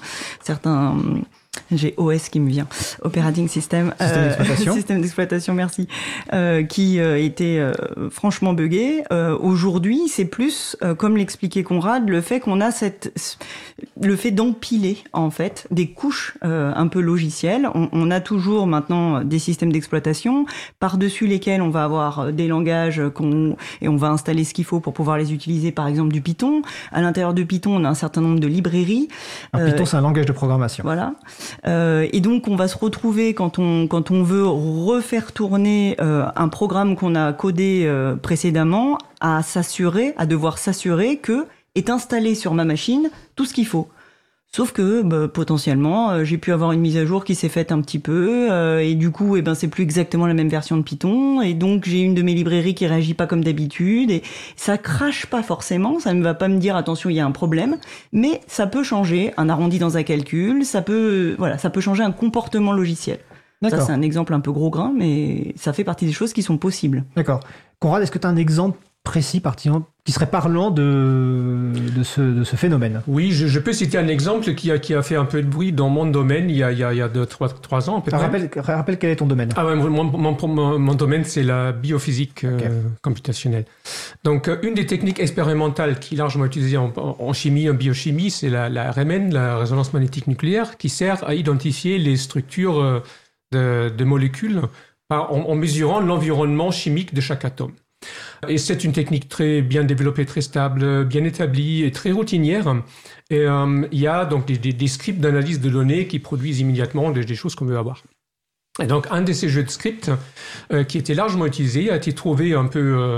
S4: j'ai OS qui me vient, Operating System, système d'exploitation, merci, qui était franchement buggé. Aujourd'hui, c'est plus, comme l'expliquait Conrad, le fait qu'on a le fait d'empiler en fait des couches un peu logicielles. On a toujours maintenant des systèmes d'exploitation par-dessus lesquels on va avoir des langages et on va installer ce qu'il faut pour pouvoir les utiliser, par exemple du Python. À l'intérieur de Python, on a un certain nombre de librairies.
S3: Python, c'est un langage de programmation.
S4: Voilà. Et donc, on va se retrouver, quand on veut refaire tourner un programme qu'on a codé précédemment, à devoir s'assurer que est installé sur ma machine tout ce qu'il faut. Sauf que potentiellement, j'ai pu avoir une mise à jour qui s'est faite un petit peu, et du coup, c'est plus exactement la même version de Python, et donc j'ai une de mes librairies qui réagit pas comme d'habitude, et ça crache pas forcément, ça ne va pas me dire attention, il y a un problème, mais ça peut changer un arrondi dans un calcul, ça peut changer un comportement logiciel.
S3: D'accord.
S4: Ça, c'est un exemple un peu gros grain, mais ça fait partie des choses qui sont possibles.
S3: D'accord. Conrad, est-ce que tu as un exemple précis, qui serait parlant de ce phénomène?
S1: Oui, je peux citer un exemple qui a fait un peu de bruit dans mon domaine il y a 2-3 ans à peu près.
S3: Rappelle quel est ton domaine.
S1: Ah ouais, mon domaine, c'est la biophysique computationnelle. Donc, une des techniques expérimentales qui est largement utilisée en chimie, en biochimie, c'est la RMN, la résonance magnétique nucléaire, qui sert à identifier les structures de molécules en mesurant l'environnement chimique de chaque atome. Et c'est une technique très bien développée, très stable, bien établie et très routinière. Et il y a donc des scripts d'analyse de données qui produisent immédiatement des choses qu'on veut avoir. Et donc, un de ces jeux de scripts qui était largement utilisé a été trouvé un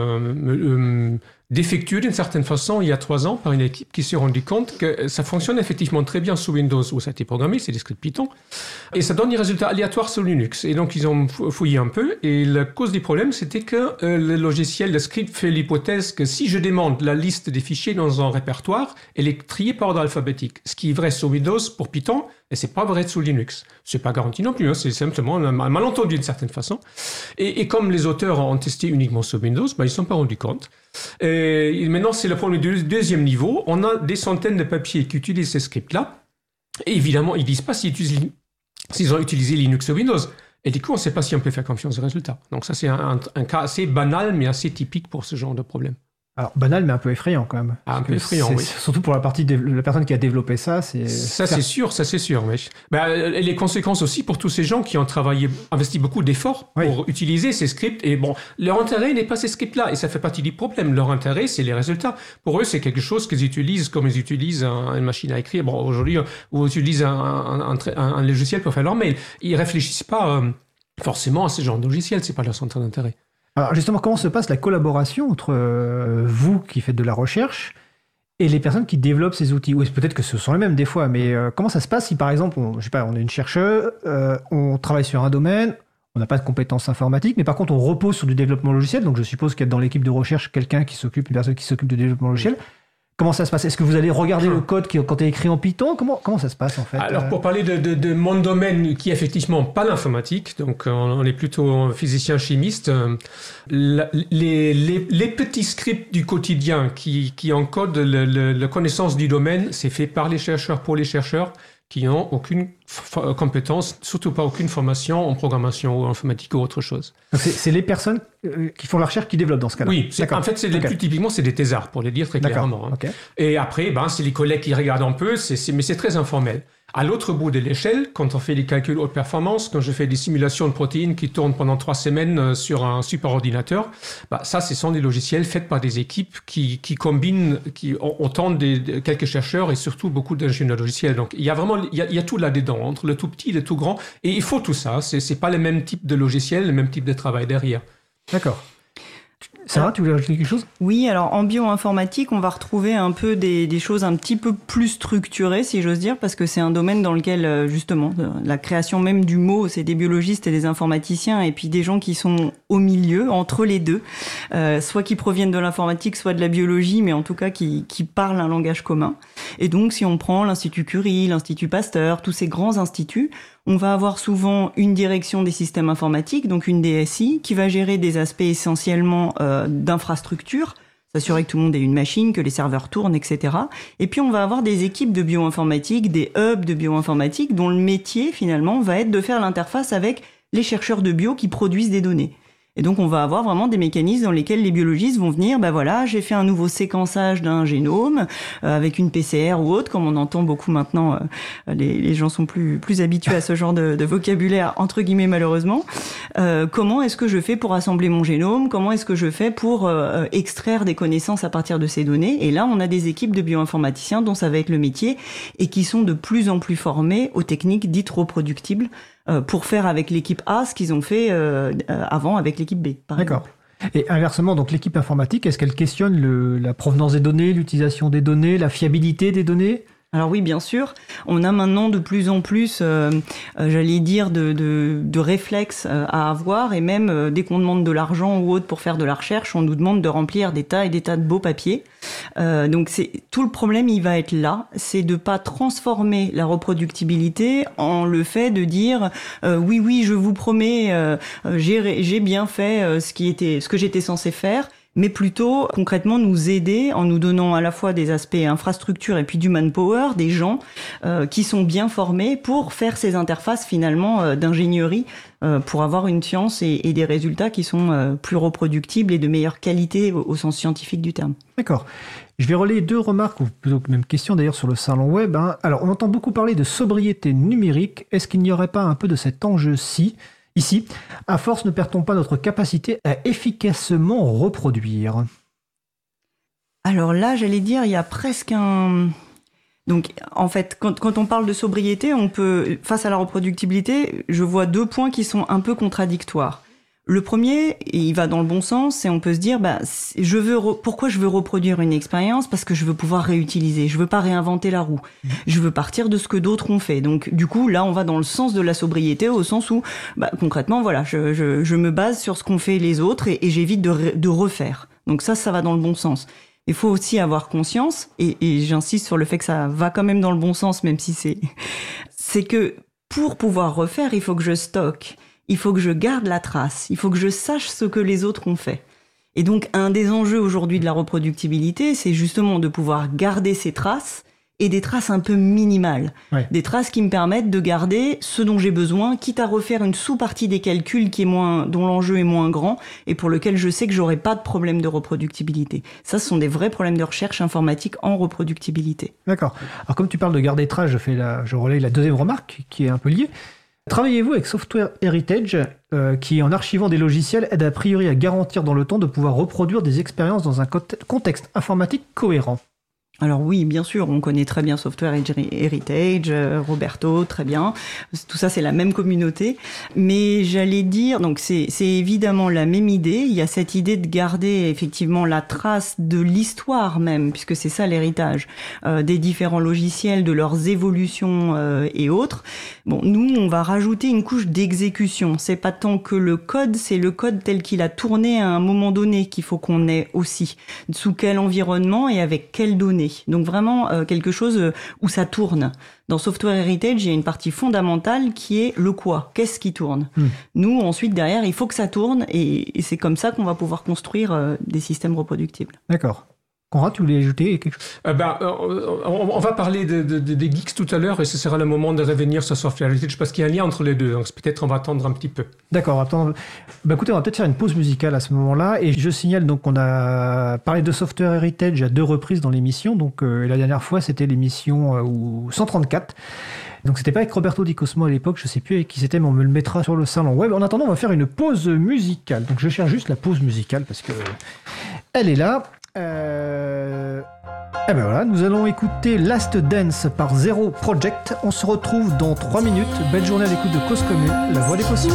S1: peu défectueux d'une certaine façon il y a 3 ans par une équipe qui s'est rendu compte que ça fonctionne effectivement très bien sous Windows où ça a été programmé, c'est des scripts Python, et ça donne des résultats aléatoires sur Linux. Et donc, ils ont fouillé un peu, et la cause du problème, c'était que le logiciel, le script fait l'hypothèse que si je demande la liste des fichiers dans un répertoire, elle est triée par ordre alphabétique, ce qui est vrai sur Windows pour Python, et c'est pas vrai sous Linux. C'est pas garanti non plus, c'est simplement un malentendu d'une certaine façon. Et comme les auteurs ont testé uniquement sur Windows, ils ne se sont pas rendus compte. Et maintenant, c'est le problème du deuxième niveau. On a des centaines de papiers qui utilisent ces scripts-là. Et évidemment, ils ne disent pas s'ils ont utilisé Linux ou Windows. Et du coup, on ne sait pas si on peut faire confiance aux résultats. Donc ça, c'est un cas assez banal, mais assez typique pour ce genre de problème.
S3: Alors, banal, mais un peu effrayant quand même.
S1: Un peu effrayant, oui.
S3: Surtout pour la personne qui a développé ça.
S1: Ça, c'est sûr. Mais... et les conséquences aussi pour tous ces gens qui ont investi beaucoup d'efforts pour utiliser ces scripts. Et bon, leur intérêt n'est pas ces scripts-là. Et ça fait partie du problème. Leur intérêt, c'est les résultats. Pour eux, c'est quelque chose qu'ils utilisent comme ils utilisent une machine à écrire. Bon, aujourd'hui, ils utilisent un logiciel pour faire leur mail. Ils ne réfléchissent pas forcément à ce genre de logiciel. Ce n'est pas leur centre d'intérêt.
S3: Alors justement, comment se passe la collaboration entre vous qui faites de la recherche et les personnes qui développent ces outils? Ou peut-être que ce sont les mêmes des fois, mais comment ça se passe si par exemple, on est une chercheuse, on travaille sur un domaine, on n'a pas de compétences informatiques, mais par contre on repose sur du développement logiciel, donc je suppose qu'il y a dans l'équipe de recherche une personne qui s'occupe du développement logiciel. Comment ça se passe? Est-ce que vous allez regarder le code quand il est écrit en Python? Comment ça se passe en fait?
S1: Alors pour parler de mon domaine qui est effectivement pas l'informatique, donc on est plutôt physicien chimiste, les petits scripts du quotidien qui encodent la connaissance du domaine, c'est fait par les chercheurs pour les chercheurs qui n'ont aucune compétence, surtout pas aucune formation en programmation ou en informatique ou autre chose.
S3: C'est les personnes qui font la recherche qui développent dans ce cas-là?
S1: Oui, en fait, plus typiquement, c'est des thésards, pour le dire très clairement. Hein.
S3: Okay.
S1: Et après, c'est les collègues qui regardent un peu, mais c'est très informel. À l'autre bout de l'échelle, quand on fait des calculs haute performance, quand je fais des simulations de protéines qui tournent pendant 3 semaines sur un superordinateur, ça, ce sont des logiciels faits par des équipes qui combinent, autant quelques chercheurs et surtout beaucoup d'ingénieurs logiciels. Donc, il y a tout là-dedans, entre le tout petit et le tout grand. Et il faut tout ça. C'est pas le même type de logiciel, le même type de travail derrière.
S3: D'accord. Sarah, tu voulais rajouter quelque chose?
S4: Oui, alors en bioinformatique, on va retrouver un peu des choses un petit peu plus structurées, si j'ose dire, parce que c'est un domaine dans lequel, justement, la création même du mot, c'est des biologistes et des informaticiens, et puis des gens qui sont au milieu, entre les deux, soit qui proviennent de l'informatique, soit de la biologie, mais en tout cas qui parlent un langage commun. Et donc, si on prend l'Institut Curie, l'Institut Pasteur, tous ces grands instituts, on va avoir souvent une direction des systèmes informatiques, donc une DSI, qui va gérer des aspects essentiellement d'infrastructure, s'assurer que tout le monde ait une machine, que les serveurs tournent, etc. Et puis on va avoir des équipes de bioinformatique, des hubs de bioinformatique, dont le métier finalement va être de faire l'interface avec les chercheurs de bio qui produisent des données. Et donc, on va avoir vraiment des mécanismes dans lesquels les biologistes vont venir, j'ai fait un nouveau séquençage d'un génome avec une PCR ou autre, comme on entend beaucoup maintenant. Les gens sont plus habitués à ce genre de vocabulaire, entre guillemets, malheureusement. Comment est-ce que je fais pour assembler mon génome? Comment est-ce que je fais pour extraire des connaissances à partir de ces données? Et là, on a des équipes de bioinformaticiens dont ça va être le métier et qui sont de plus en plus formés aux techniques dites reproductibles pour faire avec l'équipe A ce qu'ils ont fait avant avec l'équipe B, par exemple.
S3: Et inversement, donc l'équipe informatique, est-ce qu'elle questionne la provenance des données, l'utilisation des données, la fiabilité des données?
S4: Alors oui, bien sûr. On a maintenant de plus en plus, j'allais dire, de réflexes à avoir. Et même dès qu'on demande de l'argent ou autre pour faire de la recherche, on nous demande de remplir des tas et des tas de beaux papiers. Donc tout le problème, il va être là. C'est de pas transformer la reproductibilité en le fait de dire oui, je vous promets, j'ai bien fait ce que j'étais censé faire. Mais plutôt concrètement nous aider en nous donnant à la fois des aspects infrastructure et puis du manpower, des gens qui sont bien formés pour faire ces interfaces finalement d'ingénierie pour avoir une science et des résultats qui sont plus reproductibles et de meilleure qualité au sens scientifique du terme.
S3: D'accord. Je vais relayer 2 remarques, ou plutôt même question d'ailleurs sur le salon web. Alors, on entend beaucoup parler de sobriété numérique. Est-ce qu'il n'y aurait pas un peu de cet enjeu-ci ici, à force, ne perd-on pas notre capacité à efficacement reproduire ?
S4: Alors là, j'allais dire, il y a presque un... Donc, en fait, quand on parle de sobriété, on peut, face à la reproductibilité, je vois 2 points qui sont un peu contradictoires. Le premier, il va dans le bon sens, et on peut se dire, pourquoi je veux reproduire une expérience ? Parce que je veux pouvoir réutiliser. Je veux pas réinventer la roue. Je veux partir de ce que d'autres ont fait. Donc, du coup, là, on va dans le sens de la sobriété, au sens où, concrètement, voilà, je me base sur ce qu'ont fait les autres et j'évite de refaire. Donc ça va dans le bon sens. Il faut aussi avoir conscience, et j'insiste sur le fait que ça va quand même dans le bon sens, même si c'est que pour pouvoir refaire, il faut que je stocke. Il faut que je garde la trace, il faut que je sache ce que les autres ont fait. Et donc, un des enjeux aujourd'hui de la reproductibilité, c'est justement de pouvoir garder ces traces, et des traces un peu minimales. Ouais. Des traces qui me permettent de garder ce dont j'ai besoin, quitte à refaire une sous-partie des calculs dont l'enjeu est moins grand, et pour lequel je sais que j'aurai pas de problème de reproductibilité. Ça, ce sont des vrais problèmes de recherche informatique en reproductibilité.
S3: D'accord. Alors, comme tu parles de garder trace, je relaye la 2e remarque, qui est un peu liée. Travaillez-vous avec Software Heritage, qui, en archivant des logiciels, aide a priori à garantir dans le temps de pouvoir reproduire des expériences dans un contexte informatique cohérent ?
S4: Alors oui, bien sûr, on connaît très bien Software Heritage, Roberto, très bien. Tout ça, c'est la même communauté. Mais j'allais dire, donc c'est évidemment la même idée. Il y a cette idée de garder effectivement la trace de l'histoire même, puisque c'est ça l'héritage, des différents logiciels, de leurs évolutions et autres. Bon, nous, on va rajouter une couche d'exécution. C'est pas tant que le code, c'est le code tel qu'il a tourné à un moment donné qu'il faut qu'on ait aussi. Sous quel environnement et avec quelles données. Donc vraiment quelque chose où ça tourne. Dans Software Heritage, il y a une partie fondamentale qui est le quoi. Qu'est-ce qui tourne ? Nous, ensuite, derrière, il faut que ça tourne et c'est comme ça qu'on va pouvoir construire des systèmes reproductibles.
S3: D'accord. Conrad, tu voulais ajouter quelque chose ?
S1: On va parler des geeks tout à l'heure et ce sera le moment de revenir sur Software Heritage parce qu'il y a un lien entre les deux. Donc peut-être on va attendre un petit peu.
S3: D'accord, on va attendre. Écoutez, on va peut-être faire une pause musicale à ce moment-là. Et je signale donc qu'on a parlé de Software Heritage à 2 reprises dans l'émission. Donc la dernière fois, c'était l'émission 134. Donc c'était pas avec Roberto Di Cosmo à l'époque, je sais plus avec qui c'était, mais on me le mettra sur le salon web. En attendant, on va faire une pause musicale. Donc je cherche juste la pause musicale parce que elle est là. Et ben voilà, nous allons écouter Last Dance par Zero Project. On se retrouve dans 3 minutes. Belle journée à l'écoute de Cause Commune, la voix des possibles.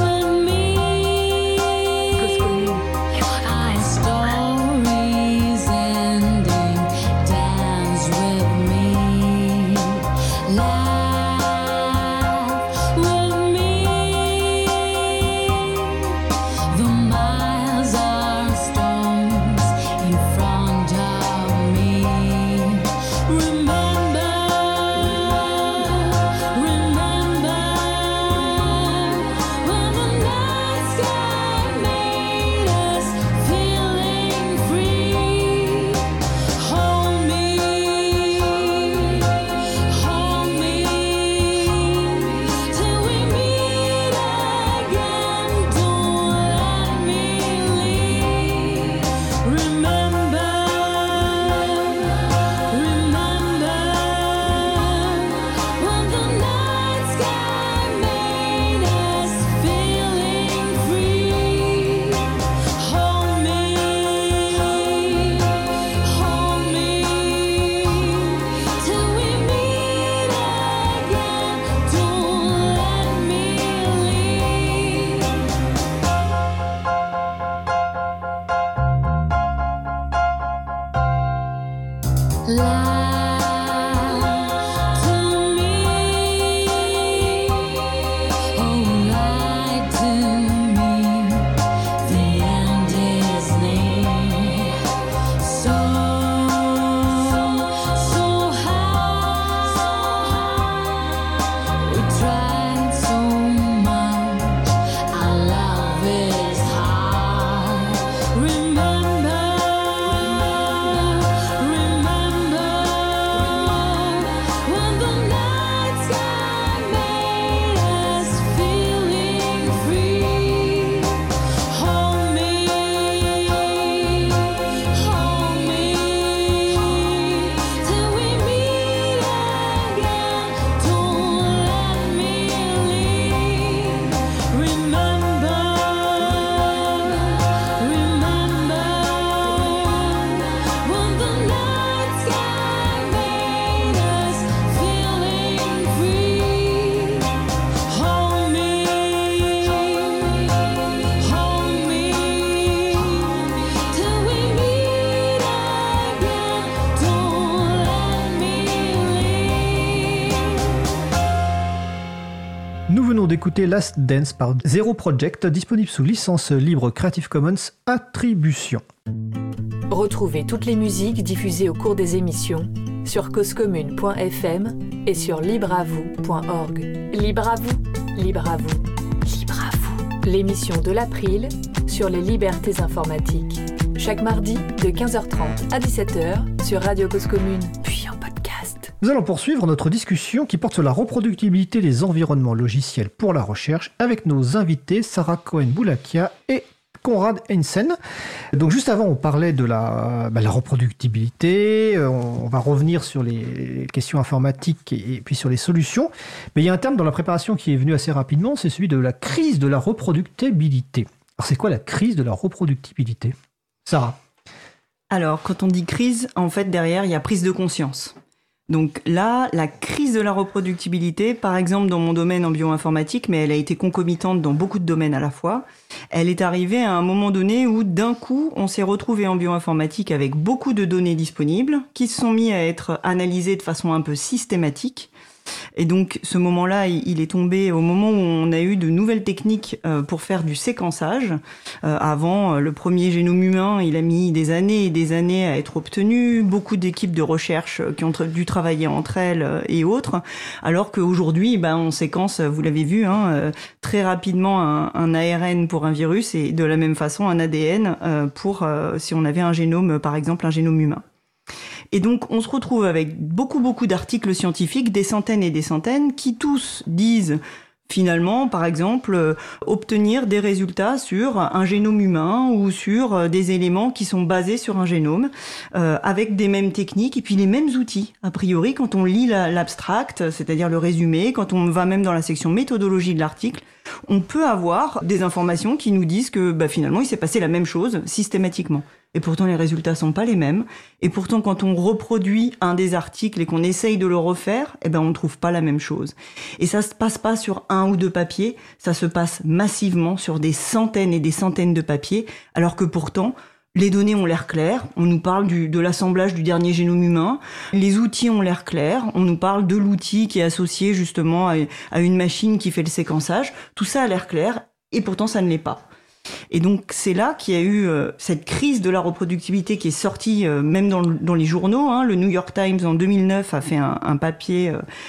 S3: d'écouter Last Dance par Zero Project, disponible sous licence libre Creative Commons Attribution.
S5: Retrouvez toutes les musiques diffusées au cours des émissions sur causecommune.fm et sur libreavou.org. Libre à vous, libre à vous, libre à vous. L'émission de l'April sur les libertés informatiques. Chaque mardi de 15h30 à 17h sur Radio Cause Commune, puis en podcast.
S3: Nous allons poursuivre notre discussion qui porte sur la reproductibilité des environnements logiciels pour la recherche avec nos invités Sarah Cohen-Boulakia et Konrad Heinsen. Donc juste avant, on parlait de la reproductibilité, on va revenir sur les questions informatiques et puis sur les solutions. Mais il y a un terme dans la préparation qui est venu assez rapidement, c'est celui de la crise de la reproductibilité. Alors c'est quoi la crise de la reproductibilité ? Sarah ?
S4: Alors, quand on dit crise, en fait, derrière, il y a prise de conscience. Donc là, la crise de la reproductibilité, par exemple dans mon domaine en bioinformatique, mais elle a été concomitante dans beaucoup de domaines à la fois, elle est arrivée à un moment donné où d'un coup, on s'est retrouvé en bioinformatique avec beaucoup de données disponibles qui se sont mis à être analysées de façon un peu systématique. Et donc, ce moment-là, il est tombé au moment où on a eu de nouvelles techniques pour faire du séquençage. Avant, le premier génome humain, il a mis des années et des années à être obtenu. Beaucoup d'équipes de recherche qui ont dû travailler entre elles et autres. Alors qu'aujourd'hui, on séquence, vous l'avez vu, très rapidement un ARN pour un virus et de la même façon un ADN pour si on avait un génome, par exemple un génome humain. Et donc, on se retrouve avec beaucoup d'articles scientifiques, des centaines et des centaines, qui tous disent, finalement, par exemple, obtenir des résultats sur un génome humain ou sur des éléments qui sont basés sur un génome, avec des mêmes techniques et puis les mêmes outils. A priori, quand on lit l'abstract, c'est-à-dire le résumé, quand on va même dans la section méthodologie de l'article, on peut avoir des informations qui nous disent que finalement, il s'est passé la même chose systématiquement. Et pourtant, les résultats sont pas les mêmes. Et pourtant, quand on reproduit un des articles et qu'on essaye de le refaire, on ne trouve pas la même chose. Et ça se passe pas sur un ou deux papiers, ça se passe massivement sur des centaines et des centaines de papiers, alors que pourtant, les données ont l'air claires, on nous parle de l'assemblage du dernier génome humain, les outils ont l'air clairs, on nous parle de l'outil qui est associé justement à une machine qui fait le séquençage, tout ça a l'air clair, et pourtant ça ne l'est pas. Et donc c'est là qu'il y a eu cette crise de la reproductibilité qui est sortie même dans les journaux. Le New York Times en 2009 a fait un papier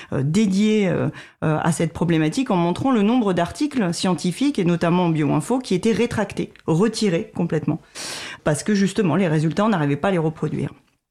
S4: dédié à cette problématique en montrant le nombre d'articles scientifiques et notamment en bioinfo qui étaient rétractés, retirés complètement, parce que justement les résultats on n'arrivait pas à les reproduire.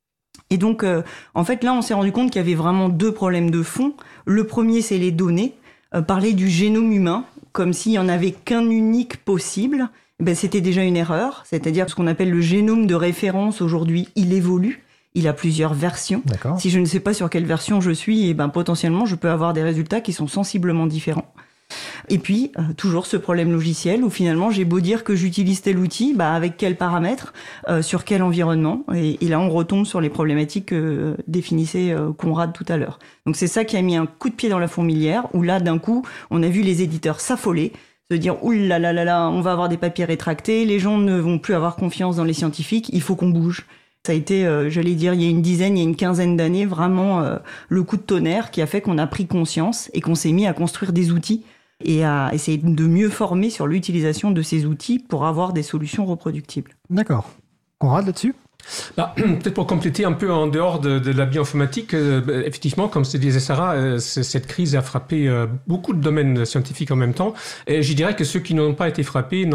S4: Et donc en fait là on s'est rendu compte qu'il y avait vraiment deux problèmes de fond. Le premier c'est les données. Parler du génome humain comme s'il n'y en avait qu'un unique possible, c'était déjà une erreur. C'est-à-dire ce qu'on appelle le génome de référence aujourd'hui, il évolue. Il a plusieurs versions. D'accord. Si je ne sais pas sur quelle version je suis, potentiellement, je peux avoir des résultats qui sont sensiblement différents. Et puis, toujours ce problème logiciel où finalement, j'ai beau dire que j'utilise tel outil, avec quels paramètres, sur quel environnement. Et là, on retombe sur les problématiques que définissait Konrad tout à l'heure. Donc, c'est ça qui a mis un coup de pied dans la fourmilière, où là, d'un coup, on a vu les éditeurs s'affoler, se dire « Ouh là, on va avoir des papiers rétractés, les gens ne vont plus avoir confiance dans les scientifiques, il faut qu'on bouge ». Ça a été, j'allais dire, il y a une quinzaine d'années, vraiment le coup de tonnerre qui a fait qu'on a pris conscience et qu'on s'est mis à construire des outils et à essayer de mieux former sur l'utilisation de ces outils pour avoir des solutions reproductibles.
S3: D'accord. Konrad, là-dessus ?
S1: Peut-être pour compléter un peu en dehors de la bioinformatique, effectivement, comme se disait Sarah, cette crise a frappé beaucoup de domaines scientifiques en même temps. Et je dirais que ceux qui n'ont pas été frappés,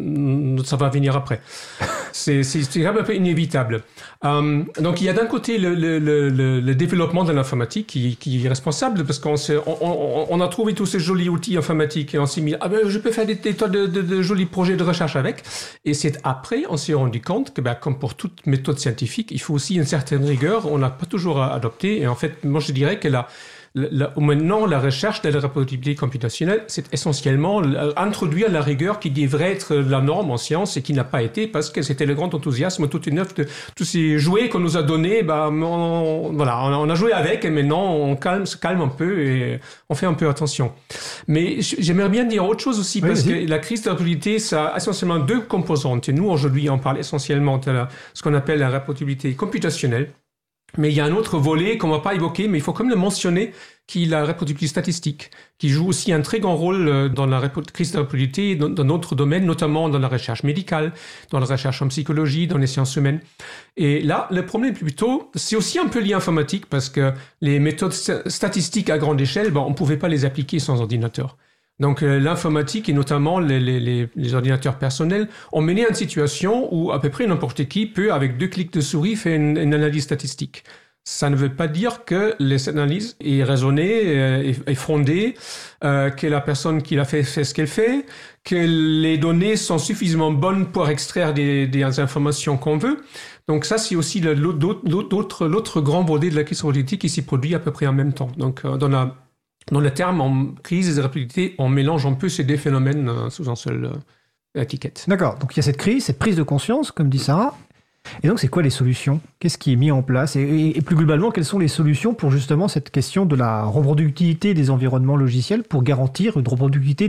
S1: ça va venir après. C'est un peu inévitable. Donc il y a d'un côté le développement de l'informatique qui est responsable parce qu'on a trouvé tous ces jolis outils informatiques et on s'est mis je peux faire des tas de jolis projets de recherche avec. Et c'est après on s'est rendu compte que comme pour toute méthode scientifique, il faut aussi une certaine rigueur. On n'a pas toujours adopté. Et en fait, moi je dirais que maintenant, la recherche de la reproductibilité computationnelle, c'est essentiellement introduire la rigueur qui devrait être la norme en science et qui n'a pas été parce que c'était le grand enthousiasme toute une œuvre de tous ces jouets qu'on nous a donnés. On a joué avec et maintenant on se calme un peu et on fait un peu attention. Mais j'aimerais bien dire autre chose aussi parce que la crise de la reproductibilité, ça a essentiellement deux composantes. Et nous, aujourd'hui, on parle essentiellement de ce qu'on appelle la reproductibilité computationnelle. Mais il y a un autre volet qu'on ne va pas évoquer, mais il faut quand même le mentionner, qui est la reproductibilité statistique, qui joue aussi un très grand rôle dans la crise de la reproductibilité, dans d'autres domaines, notamment dans la recherche médicale, dans la recherche en psychologie, dans les sciences humaines. Et là, le problème plutôt, c'est aussi un peu lié à l'informatique, parce que les méthodes statistiques à grande échelle, on ne pouvait pas les appliquer sans ordinateur. Donc l'informatique et notamment les ordinateurs personnels ont mené à une situation où à peu près n'importe qui peut, avec 2 clics de souris, faire une analyse statistique. Ça ne veut pas dire que l'analyse est raisonnée, est fondée, que la personne qui l'a fait ce qu'elle fait, que les données sont suffisamment bonnes pour extraire des informations qu'on veut. Donc ça, c'est aussi l'autre grand volet de la crise politique qui s'y produit à peu près en même temps. Donc dans le terme, en crise de rapidité, on mélange un peu ces 2 phénomènes sous un seul étiquette.
S3: D'accord, donc il y a cette crise, cette prise de conscience, comme dit Sarah. Et donc, c'est quoi les solutions ? Qu'est-ce qui est mis en place ? Et plus globalement, quelles sont les solutions pour justement cette question de la reproductibilité des environnements logiciels pour garantir une reproductibilité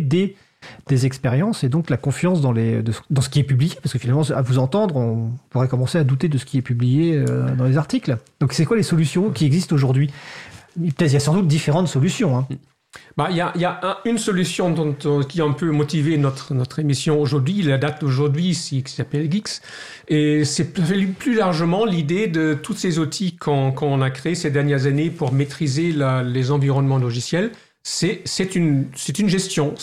S3: des expériences et donc la confiance dans ce qui est publié ? Parce que finalement, à vous entendre, on pourrait commencer à douter de ce qui est publié dans les articles. Donc, c'est quoi les solutions qui existent aujourd'hui ? Il y a sans doute différentes solutions. Hein.
S1: Il y a une solution qui a un peu motivé notre émission aujourd'hui, la date d'aujourd'hui, qui s'appelle Geeks. Et c'est plus largement l'idée de tous ces outils qu'on a créés ces dernières années pour maîtriser les environnements logiciels. C'est une gestion,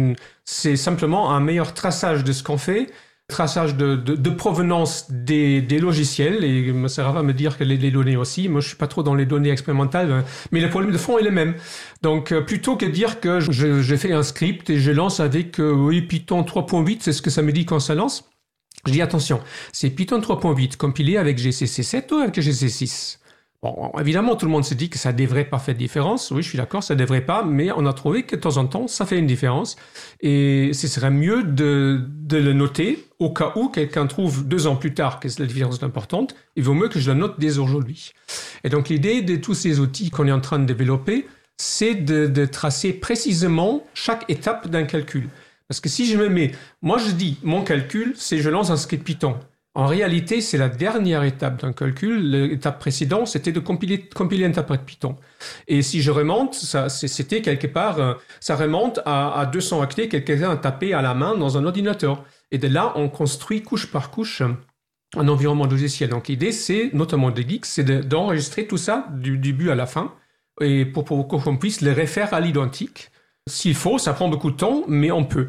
S1: c'est simplement un meilleur traçage de ce qu'on fait, traçage de provenance des logiciels, et Sarah va me dire que les données aussi. Moi, je suis pas trop dans les données expérimentales, mais le problème de fond est le même. Donc, plutôt que de dire que je fais un script et je lance avec Python 3.8, c'est ce que ça me dit quand ça lance. Je dis attention, c'est Python 3.8 compilé avec GCC 7 ou avec GCC 6. Bon, évidemment, tout le monde se dit que ça ne devrait pas faire de différence. Oui, je suis d'accord, ça ne devrait pas, mais on a trouvé que de temps en temps, ça fait une différence. Et ce serait mieux de le noter au cas où quelqu'un trouve 2 ans plus tard que la différence est importante. Il vaut mieux que je la note dès aujourd'hui. Et donc, l'idée de tous ces outils qu'on est en train de développer, c'est de tracer précisément chaque étape d'un calcul. Parce que si je me mets... Moi, je dis, mon calcul, c'est je lance un script Python. En réalité, c'est la dernière étape d'un calcul. L'étape précédente, c'était de compiler une étape Python. Et si je remonte, c'était quelque part, ça remonte à 200 octets que quelqu'un a tapé à la main dans un ordinateur. Et de là, on construit couche par couche un environnement logiciel. Donc l'idée, c'est, notamment de Geeks, c'est d'enregistrer tout ça du début à la fin, et pour qu'on puisse le refaire à l'identique. S'il faut, ça prend beaucoup de temps, mais on peut.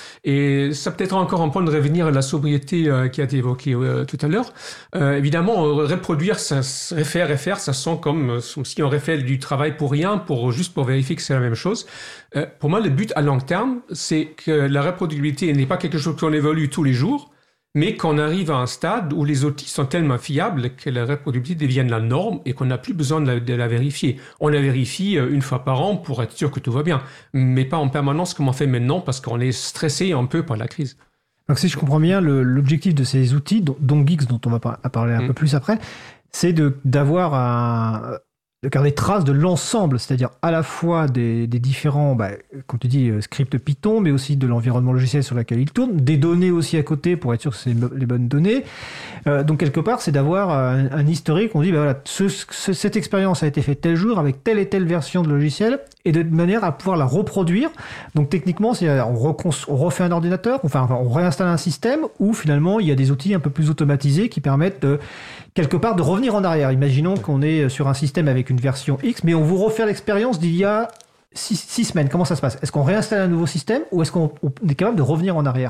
S1: Et ça peut être encore un point de revenir à la sobriété qui a été évoquée tout à l'heure. Évidemment, reproduire, refaire, ça sent comme si on refait du travail pour rien, juste pour vérifier que c'est la même chose. Pour moi, le but à long terme, c'est que la reproductibilité n'est pas quelque chose qu'on évolue tous les jours, mais qu'on arrive à un stade où les outils sont tellement fiables que la reproductibilité devienne la norme et qu'on n'a plus besoin de la vérifier. On la vérifie 1 fois par an pour être sûr que tout va bien, mais pas en permanence comme on fait maintenant parce qu'on est stressé un peu par la crise.
S3: Donc si je comprends bien, l'objectif de ces outils, dont Geeks, dont on va parler un peu plus après, c'est de garder trace de l'ensemble, c'est-à-dire à la fois des différents, comme tu dis, scripts Python, mais aussi de l'environnement logiciel sur lequel il tourne, des données aussi à côté pour être sûr que c'est les bonnes données. Donc quelque part, c'est d'avoir un historique. On dit, cette expérience a été faite tel jour avec telle et telle version de logiciel, et de manière à pouvoir la reproduire. Donc techniquement, on refait un ordinateur, on réinstalle un système où finalement il y a des outils un peu plus automatisés qui permettent quelque part de revenir en arrière. Imaginons qu'on est sur un système avec une version X, mais on vous refait l'expérience d'il y a 6 semaines. Comment ça se passe ? Est-ce qu'on réinstalle un nouveau système ou est-ce qu'on est capable de revenir en arrière ?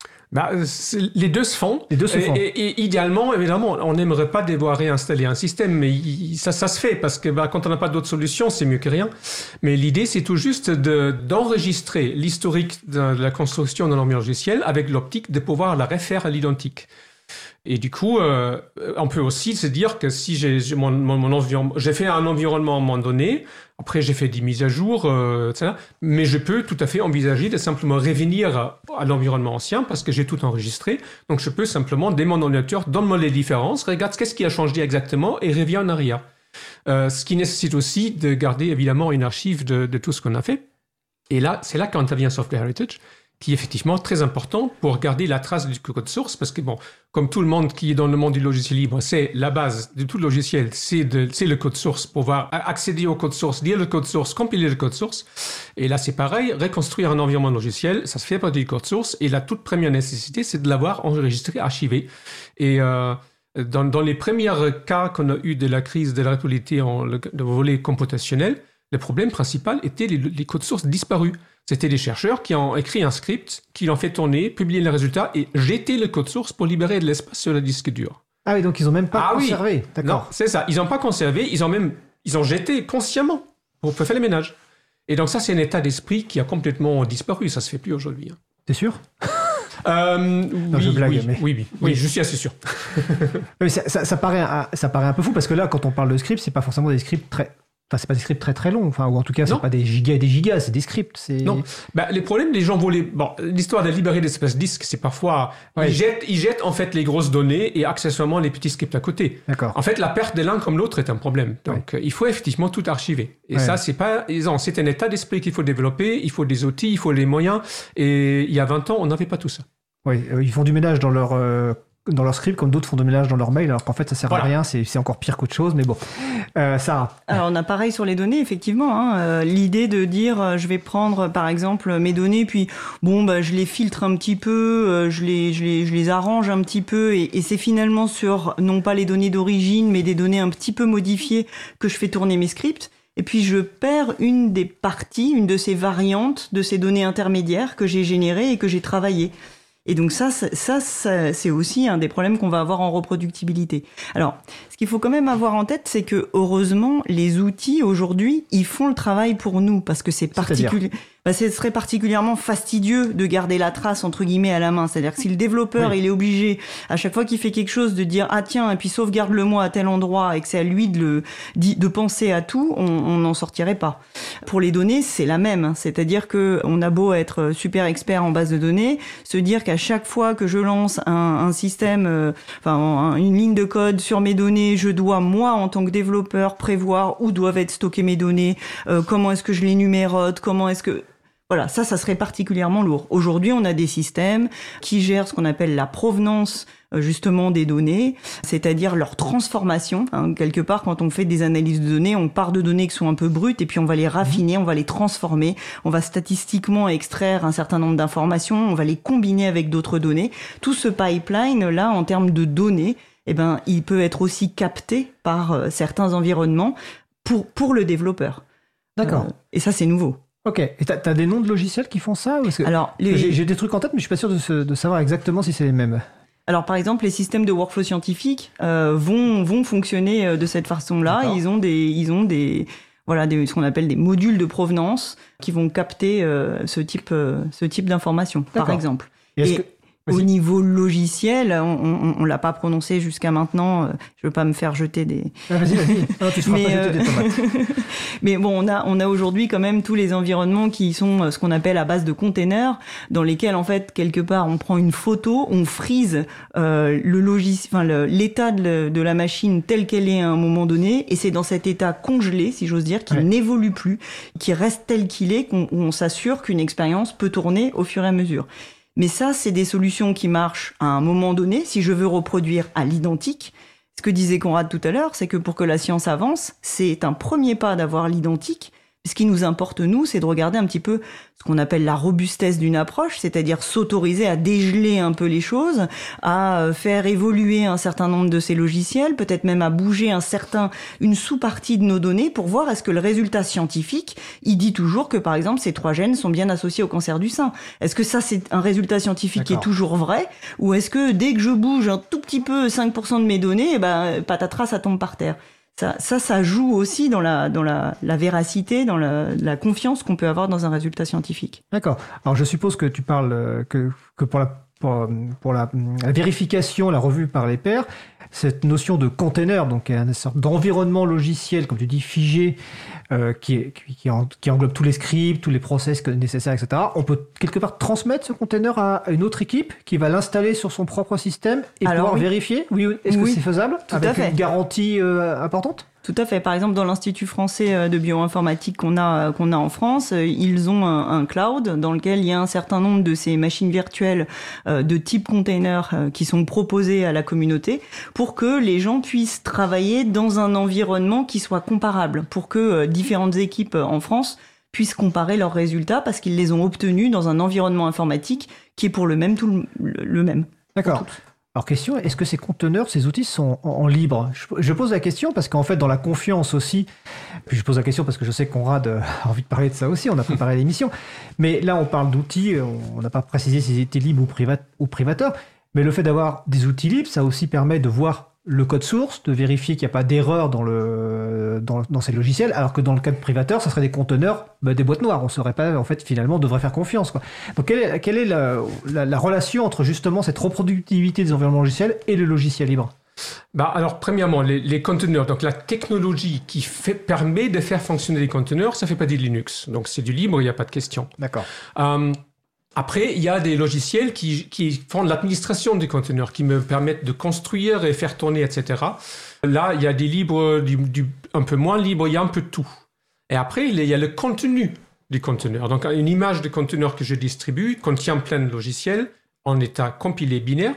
S1: Les deux se font. Et idéalement, évidemment, on n'aimerait pas devoir réinstaller un système, mais ça se fait parce que quand on n'a pas d'autre solution, c'est mieux que rien. Mais l'idée, c'est tout juste d'enregistrer l'historique de la construction d'un environnement logiciel avec l'optique de pouvoir la refaire à l'identique. Et du coup, on peut aussi se dire que si j'ai mon environnement, j'ai fait un environnement à un moment donné, après j'ai fait des mises à jour, etc. Mais je peux tout à fait envisager de simplement revenir à l'environnement ancien parce que j'ai tout enregistré. Donc je peux simplement, dès mon ordinateur, donne-moi les différences, regarde qu'est-ce qui a changé exactement et reviens en arrière. Ce qui nécessite aussi de garder évidemment une archive de tout ce qu'on a fait. Et là, c'est là qu'intervient Software Heritage, qui est effectivement très important pour garder la trace du code source, parce que, bon, comme tout le monde qui est dans le monde du logiciel libre, c'est la base de tout le logiciel, c'est le code source, pouvoir accéder au code source, lire le code source, compiler le code source. Et là, c'est pareil, reconstruire un environnement logiciel, ça se fait partie du code source, et la toute première nécessité, c'est de l'avoir enregistré, archivé. Et dans les premiers cas qu'on a eu de la crise de l'actualité dans le volet computationnel, le problème principal était les codes sources disparus. C'était des chercheurs qui ont écrit un script, qui l'ont fait tourner, publié les résultats et jeté le code source pour libérer de l'espace sur le disque dur.
S3: Ah oui, donc ils n'ont même pas conservé.
S1: Oui. D'accord. Non, c'est ça. Ils n'ont pas conservé, ils ont jeté consciemment pour faire le ménage. Et donc ça, c'est un état d'esprit qui a complètement disparu. Ça ne se fait plus aujourd'hui.
S3: T'es sûr ?
S1: Non,
S3: je blague,
S1: oui,
S3: mais...
S1: oui, je suis assez sûr.
S3: Mais ça paraît un peu fou, parce que là, quand on parle de scripts, c'est pas forcément des scripts très... Enfin, c'est pas des scripts très très longs, ou en tout cas, c'est pas des gigas et des gigas, c'est des scripts.
S1: Non, les problèmes, les gens voulaient... Bon, l'histoire de libérer l'espace disque, c'est parfois... Ils jettent en fait les grosses données et accessoirement les petits scripts à côté.
S3: D'accord.
S1: En fait, la perte de l'un comme l'autre est un problème. Donc, il faut effectivement tout archiver. Et ça, c'est un état d'esprit qu'il faut développer, il faut des outils, il faut les moyens. Et il y a 20 ans, on n'avait pas tout ça.
S3: Oui, ils font du ménage dans leur script, comme d'autres font du ménage dans leur mail, alors qu'en fait ça sert à rien, c'est encore pire qu'autre chose, mais bon. Sarah.
S4: Alors on a pareil sur les données, effectivement. L'idée de dire je vais prendre par exemple mes données, puis je les filtre un petit peu, je les arrange un petit peu, et c'est finalement sur non pas les données d'origine, mais des données un petit peu modifiées que je fais tourner mes scripts. Et puis je perds une des parties, une de ces variantes de ces données intermédiaires que j'ai générées et que j'ai travaillées. Et donc ça, c'est aussi un des problèmes qu'on va avoir en reproductibilité. Alors, ce qu'il faut quand même avoir en tête, c'est que heureusement, les outils aujourd'hui, ils font le travail pour nous, parce que c'est particulier. Ce serait particulièrement fastidieux de garder la trace entre guillemets à la main. C'est-à-dire que si le développeur il est obligé à chaque fois qu'il fait quelque chose de dire ah tiens et puis sauvegarde-le moi à tel endroit et que c'est à lui de penser à tout, on n'en sortirait pas. Pour les données, c'est la même. C'est-à-dire que on a beau être super expert en base de données, se dire qu'à chaque fois que je lance un système, une ligne de code sur mes données, je dois moi en tant que développeur prévoir où doivent être stockées mes données, comment est-ce que je les numérote, comment est-ce que voilà, ça serait particulièrement lourd. Aujourd'hui, on a des systèmes qui gèrent ce qu'on appelle la provenance justement des données, c'est-à-dire leur transformation. Quelque part, quand on fait des analyses de données, on part de données qui sont un peu brutes et puis on va les raffiner, on va les transformer, on va statistiquement extraire un certain nombre d'informations, on va les combiner avec d'autres données. Tout ce pipeline-là, en termes de données, il peut être aussi capté par certains environnements pour le développeur.
S3: D'accord.
S4: Et ça, c'est nouveau.
S3: Ok. Et t'as des noms de logiciels qui font ça? Parce que
S4: alors,
S3: j'ai des trucs en tête, mais je suis pas sûr de savoir exactement si c'est les mêmes.
S4: Alors, par exemple, les systèmes de workflow scientifique vont fonctionner de cette façon-là. D'accord. Ils ont des ce qu'on appelle des modules de provenance qui vont capter ce type d'informations, par exemple. Au niveau logiciel, on l'a pas prononcé jusqu'à maintenant. Je veux pas me faire jeter des.
S3: Vas-y. Non, tu te feras pas jeter des tomates.
S4: Mais bon, on a aujourd'hui quand même tous les environnements qui sont ce qu'on appelle à base de containers, dans lesquels en fait quelque part on prend une photo, on freeze l'état de la machine tel qu'elle est à un moment donné, et c'est dans cet état congelé, si j'ose dire, qui n'évolue plus, qui reste tel qu'il est, qu'on s'assure qu'une expérience peut tourner au fur et à mesure. Mais ça, c'est des solutions qui marchent à un moment donné. Si je veux reproduire à l'identique, ce que disait Conrad tout à l'heure, c'est que pour que la science avance, c'est un premier pas d'avoir l'identique. Ce qui nous importe, nous, c'est de regarder un petit peu ce qu'on appelle la robustesse d'une approche, c'est-à-dire s'autoriser à dégeler un peu les choses, à faire évoluer un certain nombre de ces logiciels, peut-être même à bouger une sous-partie de nos données pour voir est-ce que le résultat scientifique, il dit toujours que, par exemple, ces 3 gènes sont bien associés au cancer du sein. Est-ce que ça, c'est un résultat scientifique qui est toujours vrai? Ou est-ce que dès que je bouge un tout petit peu 5% de mes données, patatras, ça tombe par terre? Ça joue aussi dans la véracité, dans la confiance qu'on peut avoir dans un résultat scientifique.
S3: D'accord. Alors je suppose que tu parles que pour la vérification, la revue par les pairs, cette notion de container, donc une sorte d'environnement logiciel, comme tu dis, figé, qui englobe tous les scripts, tous les process nécessaires, etc. On peut quelque part transmettre ce container à une autre équipe qui va l'installer sur son propre système et pouvoir vérifier. Oui, est-ce que c'est faisable avec une garantie importante?
S4: Tout à fait. Par exemple, dans l'Institut français de bioinformatique qu'on a en France, ils ont un cloud dans lequel il y a un certain nombre de ces machines virtuelles de type container qui sont proposées à la communauté pour que les gens puissent travailler dans un environnement qui soit comparable, pour que différentes équipes en France puissent comparer leurs résultats parce qu'ils les ont obtenus dans un environnement informatique qui est pour le même le même.
S3: D'accord. Alors question, est-ce que ces conteneurs, ces outils sont en libre ? Je pose la question parce qu'en fait, dans la confiance aussi, puis je pose la question parce que je sais que Conrad a envie de parler de ça aussi, on a préparé l'émission, mais là on parle d'outils, on n'a pas précisé s'ils étaient libres ou privateurs, mais le fait d'avoir des outils libres, ça aussi permet de voir le code source, de vérifier qu'il n'y a pas d'erreur dans ces logiciels, alors que dans le cas de privateur, ça serait des conteneurs, des boîtes noires. On ne saurait pas, en fait, finalement, on devrait faire confiance, quoi. Donc, quelle est la relation entre, justement, cette reproductivité des environnements logiciels et le logiciel libre ?
S1: Alors, premièrement, les conteneurs, donc la technologie qui permet de faire fonctionner les conteneurs, ça fait pas du Linux. Donc, c'est du libre, il n'y a pas de question.
S3: D'accord.
S1: Après, il y a des logiciels qui font de l'administration des conteneurs, qui me permettent de construire et faire tourner, etc. Là, il y a des libres, un peu moins libres, il y a un peu de tout. Et après, il y a le contenu du conteneur. Donc, une image de conteneur que je distribue contient plein de logiciels en état compilé binaire.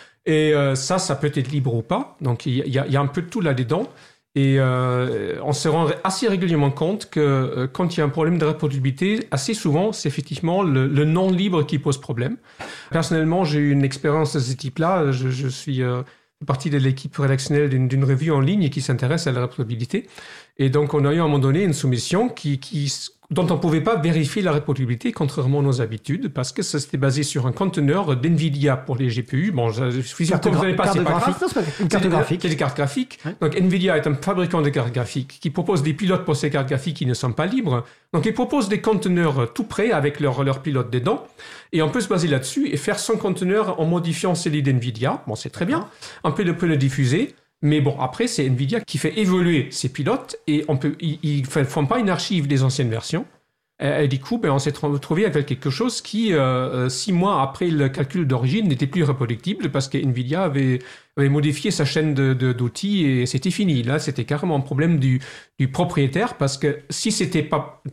S1: Et ça peut être libre ou pas. Donc, il y a un peu de tout là-dedans. Et on se rend assez régulièrement compte que quand il y a un problème de reproductibilité, assez souvent, c'est effectivement le non-libre qui pose problème. Personnellement, j'ai eu une expérience de ce type-là. Je suis partie de l'équipe rédactionnelle d'une revue en ligne qui s'intéresse à la reproductibilité. Et donc, on a eu à un moment donné une soumission dont on ne pouvait pas vérifier la reproductibilité, contrairement à nos habitudes, parce que ça s'était basé sur un conteneur d'NVIDIA pour les GPU. Bon, je suis sûr que vous ne connaissez pas, c'est pas grave.
S3: Non, c'est pas une carte graphique.
S1: C'est des cartes graphiques.
S3: Ouais.
S1: Donc, NVIDIA est un fabricant de cartes graphiques qui propose des pilotes pour ces cartes graphiques qui ne sont pas libres. Donc, il propose des conteneurs tout prêts avec leurs pilotes dedans. Et on peut se baser là-dessus et faire son conteneur en modifiant celui d'NVIDIA. Bon, c'est très bien. On peut le diffuser. Mais bon, après, c'est NVIDIA qui fait évoluer ses pilotes et ils ne font pas une archive des anciennes versions. Et du coup, on s'est retrouvé avec quelque chose qui, 6 mois après le calcul d'origine, n'était plus reproductible parce que NVIDIA avait modifié sa chaîne d'outils et c'était fini. Là, c'était carrément un problème du propriétaire parce que si c'était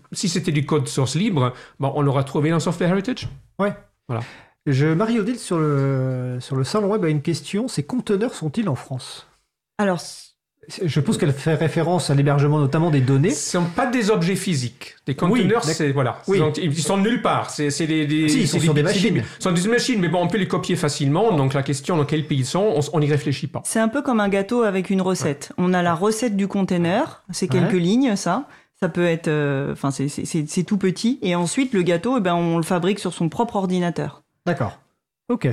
S1: du code source libre, on l'aurait trouvé dans Software Heritage.
S3: Ouais.
S1: Voilà.
S3: Marie-Odile, sur le salon web, a une question. Ces conteneurs sont-ils en France ?
S4: Alors,
S3: je suppose qu'elle fait référence à l'hébergement notamment des données.
S1: Ce ne sont pas des objets physiques. Des conteneurs, ils sont nulle part. Ils sont des machines. Ce sont des machines, mais on peut les copier facilement. Donc la question dans quel pays ils sont, on n'y réfléchit pas.
S4: C'est un peu comme un gâteau avec une recette. Ouais. On a la recette du conteneur, c'est quelques lignes, ça. Ça peut être, c'est tout petit. Et ensuite, le gâteau, on le fabrique sur son propre ordinateur.
S3: D'accord. Ok.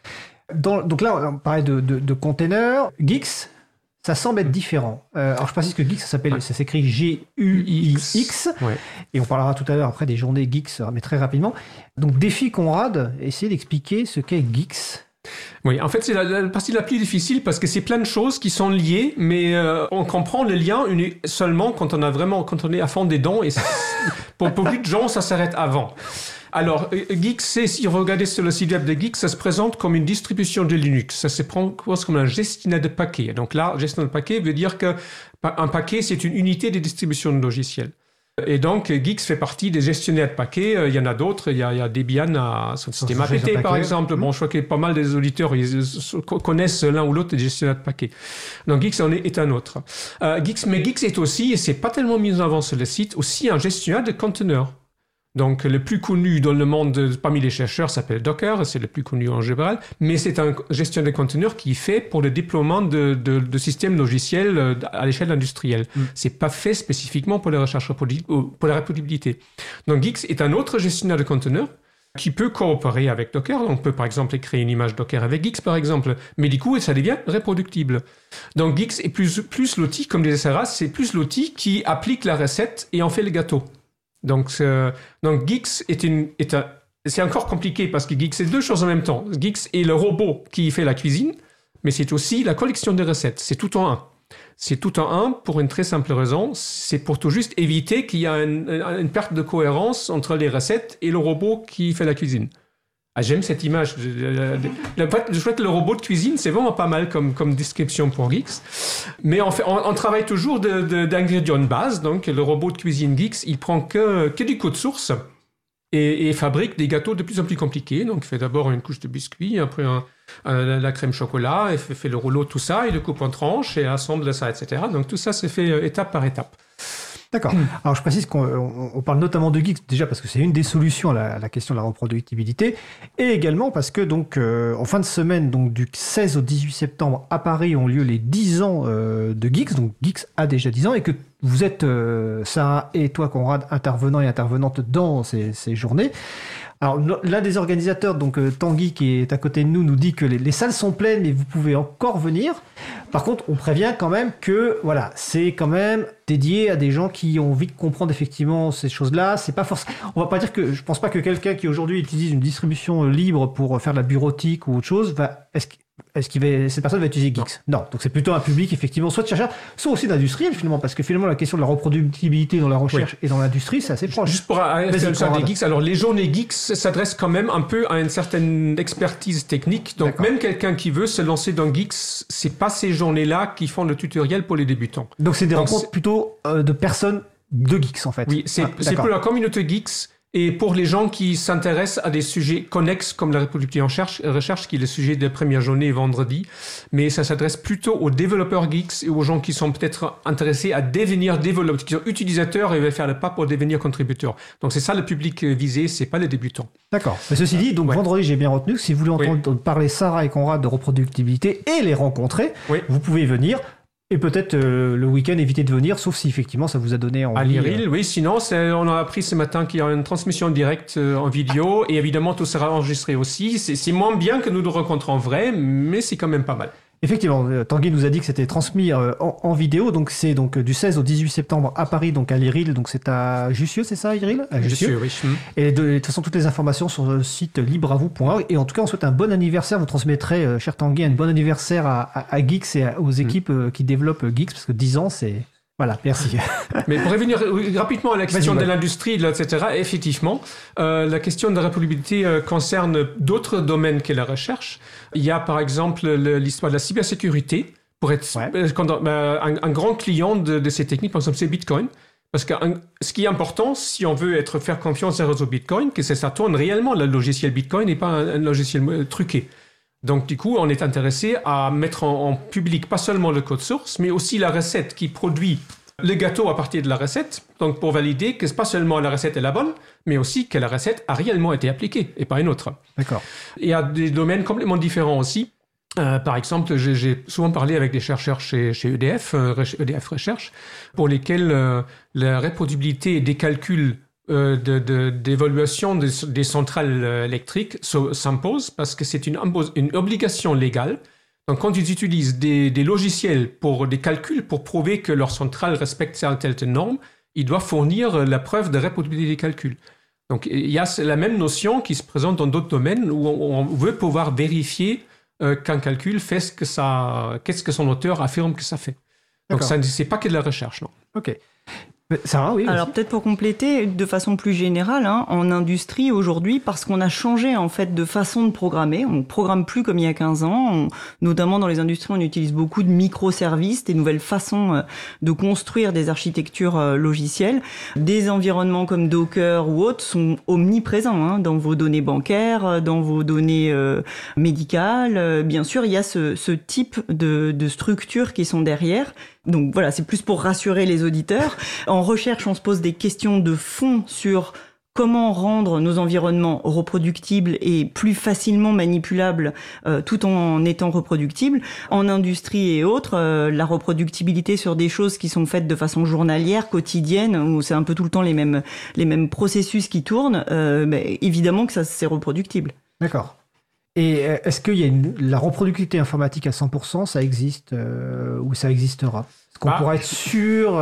S3: Donc là, on parlait de containers. Geeks. Ça semble être différent. Alors, je précise que Geeks, ça s'écrit G-U-I-X. Ouais. Et on parlera tout à l'heure après des journées Geeks, mais très rapidement. Donc, défi Conrad, essayez d'expliquer ce qu'est Geeks.
S1: Oui, en fait, c'est la partie la plus difficile parce que c'est plein de choses qui sont liées, mais on comprend le lien seulement quand on est à fond dedans. Et pour beaucoup de gens, ça s'arrête avant. Alors, Geeks, si vous regardez sur le site web de Geeks, ça se présente comme une distribution de Linux. Ça se prend comme un gestionnaire de paquets. Donc là, gestionnaire de paquets veut dire qu'un paquet, c'est une unité de distribution de logiciels. Et donc, Geeks fait partie des gestionnaires de paquets. Il y en a d'autres. Il y a Debian à son système APT, par exemple. Bon, je crois que pas mal des auditeurs connaissent l'un ou l'autre des gestionnaires de paquets. Donc, Geeks en est un autre. Mais Geeks est aussi, et c'est pas tellement mis en avant sur le site, aussi un gestionnaire de conteneurs. Donc, le plus connu dans le monde parmi les chercheurs s'appelle Docker, c'est le plus connu en général, mais c'est un gestionnaire de conteneurs qui est fait pour le déploiement de systèmes logiciels à l'échelle industrielle. C'est pas fait spécifiquement pour la recherche pour la reproductibilité. Donc, Geeks est un autre gestionnaire de conteneurs qui peut coopérer avec Docker. On peut, par exemple, créer une image Docker avec Geeks, par exemple. Mais du coup, ça devient reproductible. Donc, Geeks est plus l'outil, comme disait Sarah, c'est plus l'outil qui applique la recette et en fait le gâteau. Donc Geeks c'est encore compliqué parce que Geeks, c'est deux choses en même temps. Geeks est le robot qui fait la cuisine, mais c'est aussi la collection de recettes. C'est tout en un. C'est tout en un pour une très simple raison. C'est pour tout juste éviter qu'il y ait une perte de cohérence entre les recettes et le robot qui fait la cuisine. J'aime cette image. Je crois que le robot de cuisine, c'est vraiment pas mal comme description pour Geeks. Mais on travaille toujours d'ingrédients de base. Donc, le robot de cuisine Geeks, il prend que du code source et fabrique des gâteaux de plus en plus compliqués. Donc, il fait d'abord une couche de biscuit, après la crème chocolat, et fait le rouleau, tout ça, il le coupe en tranches et assemble ça, etc. Donc, tout ça, c'est fait étape par étape.
S3: D'accord. Alors, je précise qu'on parle notamment de Geeks, déjà parce que c'est une des solutions à la question de la reproductibilité, et également parce que, donc, en fin de semaine, donc, du 16 au 18 septembre, à Paris, ont lieu les 10 ans de Geeks. Donc, Geeks a déjà 10 ans, et que vous êtes, Sarah et toi, Conrad, intervenants et intervenantes dans ces journées. Alors, l'un des organisateurs, donc Tanguy, qui est à côté de nous dit que les salles sont pleines, mais vous pouvez encore venir. Par contre, on prévient quand même que, voilà, c'est quand même dédié à des gens qui ont envie de comprendre effectivement ces choses-là. C'est pas forcément. On va pas dire que. Je pense pas que quelqu'un qui aujourd'hui utilise une distribution libre pour faire de la bureautique ou autre chose cette personne va utiliser Geeks? Non. Donc c'est plutôt un public effectivement soit de chercheurs, soit aussi d'industriels finalement, parce que finalement la question de la reproductibilité dans la recherche et dans l'industrie, c'est assez proche.
S1: Juste pour des Geeks, alors les journées Geeks s'adressent quand même un peu à une certaine expertise technique. Donc même quelqu'un qui veut se lancer dans Geeks, c'est pas ces journées-là qui font le tutoriel pour les débutants.
S3: Donc c'est des rencontres plutôt de personnes de Geeks en fait.
S1: Oui, c'est pour la communauté Geeks. Et pour les gens qui s'intéressent à des sujets connexes comme la reproductibilité en recherche, qui est le sujet des premières journées vendredi, mais ça s'adresse plutôt aux développeurs geeks et aux gens qui sont peut-être intéressés à devenir développeurs, qui sont utilisateurs et veulent faire le pas pour devenir contributeurs. Donc c'est ça le public visé, c'est pas les débutants.
S3: D'accord. Mais ceci dit, donc vendredi, j'ai bien retenu que si vous voulez entendre parler Sarah et Conrad de reproductibilité et les rencontrer, vous pouvez venir. Et peut-être le week-end, éviter de venir, sauf si effectivement ça vous a donné envie.
S1: À l'IRIL, oui. Sinon, on a appris ce matin qu'il y a une transmission directe en vidéo. Et évidemment, tout sera enregistré aussi. C'est moins bien que nous nous rencontrons en vrai, mais c'est quand même pas mal.
S3: Effectivement, Tanguy nous a dit que c'était transmis en vidéo, donc c'est donc du 16 au 18 septembre à Paris, donc à l'IRIL, donc c'est à Jussieu, c'est ça, IRIL? À
S1: Jussieu, oui.
S3: Et de toute façon, toutes les informations sur le site libreavou.org. Et en tout cas, on souhaite un bon anniversaire. Vous transmettrez, cher Tanguy, un bon anniversaire à Geeks et aux équipes qui développent Geeks, parce que 10 ans, c'est... Voilà, merci.
S1: Mais pour revenir rapidement à la question de l'industrie, etc., effectivement, la question de la reproductibilité concerne d'autres domaines que la recherche. Il y a par exemple l'histoire de la cybersécurité. Pour être un grand client de ces techniques, par exemple, c'est Bitcoin. Parce que ce qui est important, si on veut faire confiance à un réseau Bitcoin, que ça tourne réellement le logiciel Bitcoin et pas un logiciel truqué. Donc, du coup, on est intéressé à mettre en public pas seulement le code source, mais aussi la recette qui produit le gâteau à partir de la recette. Donc, pour valider que pas seulement la recette est la bonne, mais aussi que la recette a réellement été appliquée et pas une autre.
S3: D'accord.
S1: Il y a des domaines complètement différents aussi. Par exemple, j'ai souvent parlé avec des chercheurs chez EDF, EDF Recherche, pour lesquels la reproducibilité des calculs d'évaluation des centrales électriques s'impose parce que c'est une obligation légale. Donc, quand ils utilisent des logiciels pour des calculs pour prouver que leur centrale respecte certaines normes, ils doivent fournir la preuve de reproducibilité des calculs. Donc, il y a la même notion qui se présente dans d'autres domaines où on veut pouvoir vérifier qu'un calcul fait qu'est-ce que son auteur affirme que ça fait. Donc, c'est pas que de la recherche, non.
S3: Ok. Sarah, oui.
S4: Alors peut-être pour compléter, de façon plus générale, en industrie aujourd'hui, parce qu'on a changé en fait de façon de programmer, on programme plus comme il y a 15 ans, notamment dans les industries, on utilise beaucoup de microservices, des nouvelles façons de construire des architectures logicielles. Des environnements comme Docker ou autres sont omniprésents dans vos données bancaires, dans vos données médicales. Bien sûr, il y a ce type de structures qui sont derrière. Donc voilà, c'est plus pour rassurer les auditeurs. En recherche, on se pose des questions de fond sur comment rendre nos environnements reproductibles et plus facilement manipulables tout en étant reproductibles. En industrie et autres, la reproductibilité sur des choses qui sont faites de façon journalière, quotidienne, où c'est un peu tout le temps les mêmes processus qui tournent, évidemment que ça c'est reproductible.
S3: D'accord. Et est-ce qu'il y a la reproductivité informatique à 100%, ça existe ou ça existera? Est-ce qu'on pourra être sûr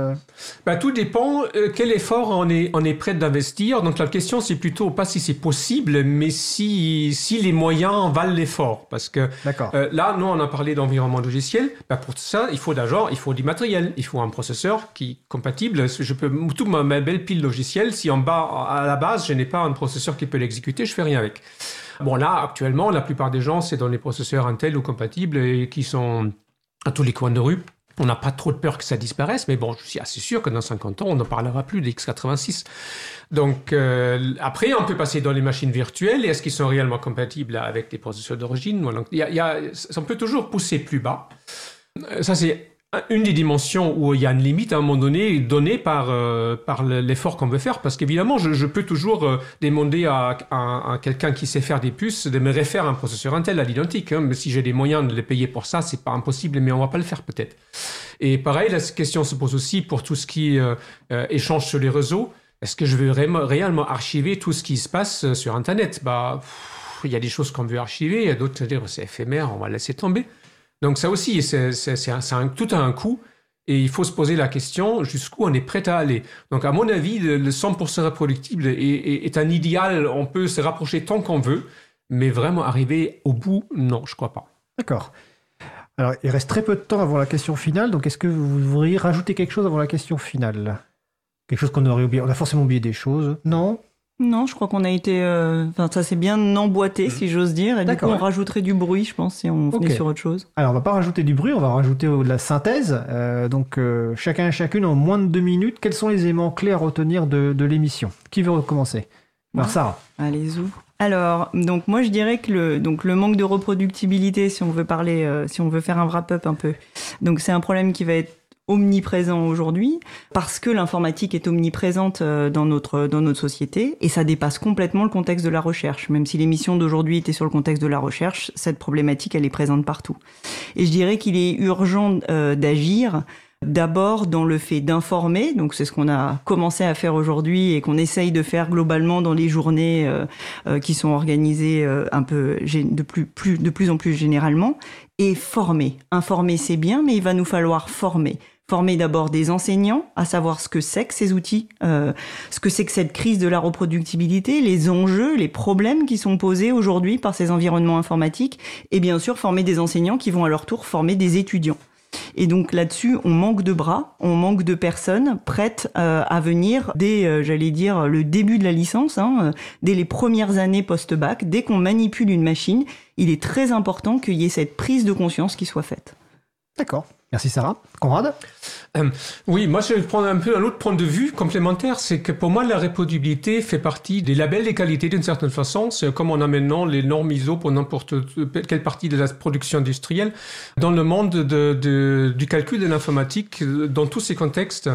S1: Tout dépend quel effort on est prêt d'investir. Donc la question, c'est plutôt pas si c'est possible, mais si les moyens valent l'effort. Parce que là, nous, on a parlé d'environnement logiciel. Pour ça, il faut du matériel. Il faut un processeur qui est compatible. Je peux toute ma belle pile logicielle, si en bas, à la base, je n'ai pas un processeur qui peut l'exécuter, je fais rien avec. Bon, là, actuellement, la plupart des gens, c'est dans les processeurs Intel ou compatibles et qui sont à tous les coins de rue. On n'a pas trop de peur que ça disparaisse, mais bon, je suis assez sûr que dans 50 ans, on ne parlera plus des x86. Donc, après, on peut passer dans les machines virtuelles. Et est-ce qu'ils sont réellement compatibles avec les processeurs d'origine? Donc, on peut toujours pousser plus bas. Ça, c'est une des dimensions où il y a une limite à un moment donné donnée par l'effort qu'on veut faire, parce qu'évidemment je peux toujours demander à quelqu'un qui sait faire des puces de me refaire un processeur Intel à l'identique, mais si j'ai des moyens de les payer pour ça, c'est pas impossible, mais on va pas le faire peut-être. Et pareil, la question se pose aussi pour tout ce qui échange sur les réseaux. Est-ce que je veux réellement archiver tout ce qui se passe sur Internet? Il y a des choses qu'on veut archiver, il y a d'autres, c'est éphémère, on va laisser tomber. Donc ça aussi, tout a un coût et il faut se poser la question jusqu'où on est prêt à aller. Donc à mon avis, le 100% reproductible est un idéal, on peut se rapprocher tant qu'on veut, mais vraiment arriver au bout, non, je crois pas.
S3: D'accord. Alors il reste très peu de temps avant la question finale, donc est-ce que vous voudriez rajouter quelque chose avant la question finale? Quelque chose qu'on aurait oublié? On a forcément oublié des choses, non?
S4: Non, je crois qu'on a été... ça s'est bien emboîté, si j'ose dire. Et du coup, on rajouterait du bruit, je pense, si on venait sur autre chose.
S3: Alors, on va pas rajouter du bruit, on va rajouter de la synthèse. Donc, chacun et chacune, en moins de 2 minutes, quels sont les éléments clés à retenir de l'émission? Qui veut recommencer? Alors, Sarah.
S4: Allez-y. Alors, donc moi, je dirais que le manque de reproductibilité, si on veut faire un wrap-up un peu, donc c'est un problème qui va être omniprésent aujourd'hui, parce que l'informatique est omniprésente dans notre société, et ça dépasse complètement le contexte de la recherche. Même si l'émission d'aujourd'hui était sur le contexte de la recherche, cette problématique, elle est présente partout. Et je dirais qu'il est urgent d'agir, d'abord dans le fait d'informer, donc c'est ce qu'on a commencé à faire aujourd'hui et qu'on essaye de faire globalement dans les journées qui sont organisées un peu de plus en plus généralement, et former. Informer, c'est bien, mais il va nous falloir former. Former d'abord des enseignants à savoir ce que c'est que ces outils, ce que c'est que cette crise de la reproductibilité, les enjeux, les problèmes qui sont posés aujourd'hui par ces environnements informatiques, et bien sûr former des enseignants qui vont à leur tour former des étudiants. Et donc là-dessus, on manque de bras, on manque de personnes prêtes à venir dès, le début de la licence, dès les premières années post-bac, dès qu'on manipule une machine, il est très important qu'il y ait cette prise de conscience qui soit faite.
S3: D'accord. Merci Sarah. Conrad?
S1: Oui, moi je vais prendre un peu un autre point de vue complémentaire, c'est que pour moi la reproducibilité fait partie des labels de qualité d'une certaine façon. C'est comme on a maintenant les normes ISO pour n'importe quelle partie de la production industrielle. Dans le monde du calcul de l'informatique, dans tous ces contextes,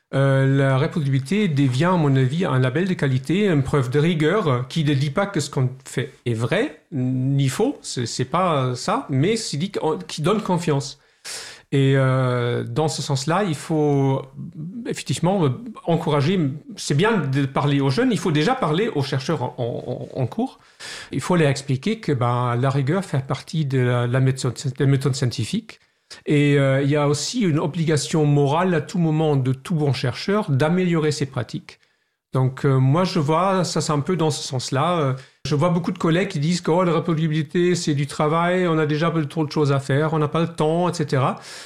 S1: la reproducibilité devient, à mon avis, un label de qualité, une preuve de rigueur qui ne dit pas que ce qu'on fait est vrai, ni faux, c'est pas ça, mais qui donne confiance. Et dans ce sens-là, il faut effectivement encourager, c'est bien de parler aux jeunes, il faut déjà parler aux chercheurs en cours. Il faut leur expliquer que la rigueur fait partie de la méthode scientifique. Et il y a aussi une obligation morale à tout moment de tout bon chercheur d'améliorer ses pratiques. Donc moi je vois, ça c'est un peu dans ce sens-là. Je vois beaucoup de collègues qui disent que la reproducibilité c'est du travail, on a déjà trop de choses à faire, on n'a pas le temps, etc.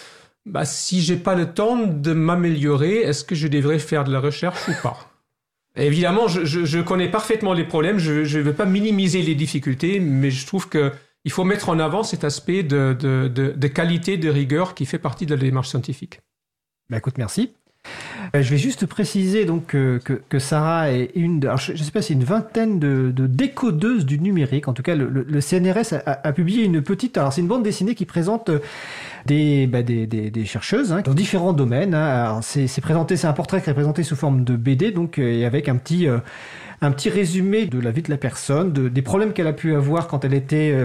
S1: Si j'ai pas le temps de m'améliorer, est-ce que je devrais faire de la recherche ou pas? Évidemment, je connais parfaitement les problèmes, je ne veux pas minimiser les difficultés, mais je trouve qu'il faut mettre en avant cet aspect de qualité, de rigueur qui fait partie de la démarche scientifique.
S3: Écoute, merci. Je vais juste préciser donc que Sarah est je ne sais pas, c'est une vingtaine de décodeuses du numérique. En tout cas, le CNRS a publié une petite... Alors, c'est une bande dessinée qui présente des chercheuses dans différents domaines. Alors, c'est un portrait qui est présenté sous forme de BD, donc, et avec un petit résumé de la vie de la personne, des problèmes qu'elle a pu avoir quand elles étaient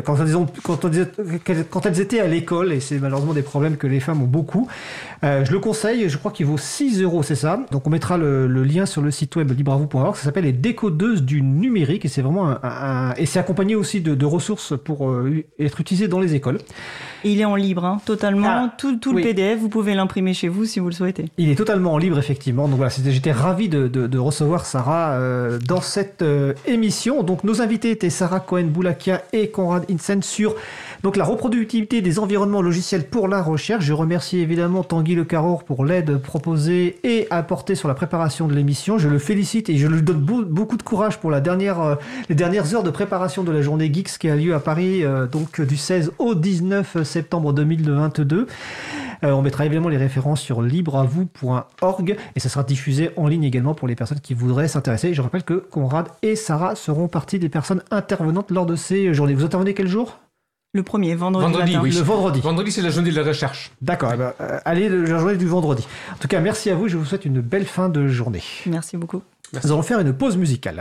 S3: à l'école, et c'est malheureusement des problèmes que les femmes ont beaucoup. Je le conseille, je crois qu'il vaut 6 €, c'est c'est ça. Donc on mettra le lien sur le site web libravou.org. Ça s'appelle les décodeuses du numérique et c'est vraiment et c'est accompagné aussi de ressources pour être utilisé dans les écoles.
S4: Et il est en libre, totalement. Tout
S3: oui.
S4: Le PDF, vous pouvez l'imprimer chez vous si vous le souhaitez.
S3: Il est totalement en libre, effectivement. Donc voilà, j'étais ravi de recevoir Sarah dans cette émission. Donc nos invités étaient Sarah Cohen-Boulakia et Konrad Hinsen sur donc la reproductibilité des environnements logiciels pour la recherche. Je remercie évidemment Tanguy Le Carour pour l'aide proposée et apportée sur la préparation de l'émission. Je le félicite et je lui donne beaucoup de courage pour les dernières heures de préparation de la journée Geeks qui a lieu à Paris donc du 16 au 19 septembre 2022. On mettra évidemment les références sur libreavou.org et ça sera diffusé en ligne également pour les personnes qui voudraient s'intéresser. Je rappelle que Konrad et Sarah seront partie des personnes intervenantes lors de ces journées. Vous intervenez quel jour ?
S4: Le premier, vendredi matin.
S1: Oui.
S3: Le vendredi.
S1: Vendredi, c'est la journée de la recherche.
S3: D'accord, allez la journée du vendredi. En tout cas, merci à vous, je vous souhaite une belle fin de journée.
S4: Merci beaucoup.
S3: Nous allons faire une pause musicale.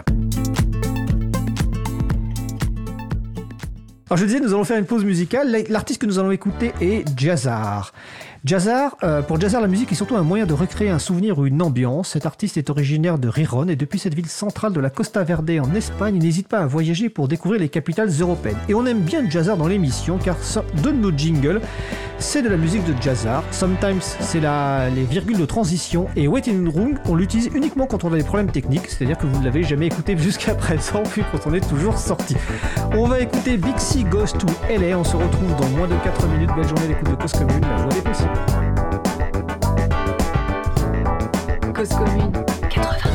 S3: Alors je disais, nous allons faire une pause musicale. L'artiste que nous allons écouter est Jazzar. Pour Jazzar, la musique est surtout un moyen de recréer un souvenir ou une ambiance. Cet artiste est originaire de Riron et depuis cette ville centrale de la Costa Verde en Espagne, il n'hésite pas à voyager pour découvrir les capitales européennes. Et on aime bien Jazzar dans l'émission car deux de nos jingles, c'est de la musique de Jazzar. Sometimes, c'est les virgules de transition et Waiting Room, on l'utilise uniquement quand on a des problèmes techniques, c'est-à-dire que vous ne l'avez jamais écouté jusqu'à présent, puis quand on est toujours sorti. On va écouter Big C Goes to LA, on se retrouve dans moins de 4 minutes. Belle journée d'écoute de Cause Commune, la voix des possibles.
S5: Cause Commune 93.1.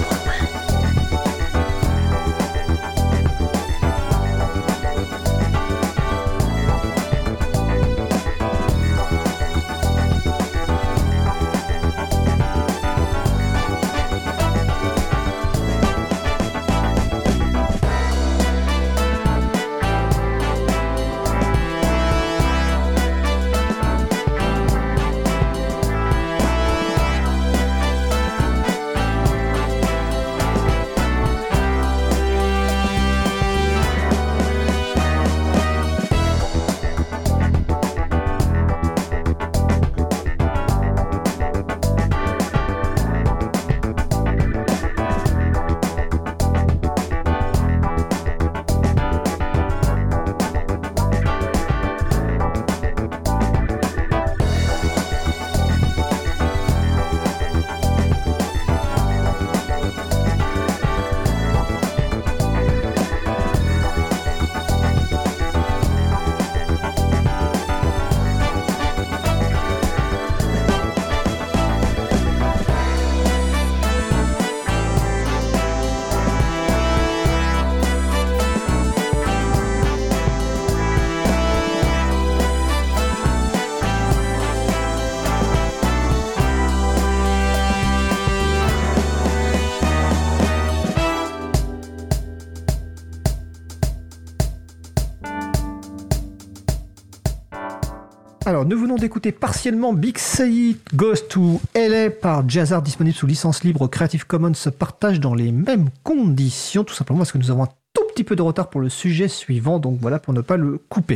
S3: Alors, nous venons d'écouter partiellement Big C Goes to LA par Jazzar, disponible sous licence libre Creative Commons, se partage dans les mêmes conditions, tout simplement parce que nous avons un tout petit peu de retard pour le sujet suivant, donc voilà pour ne pas le couper.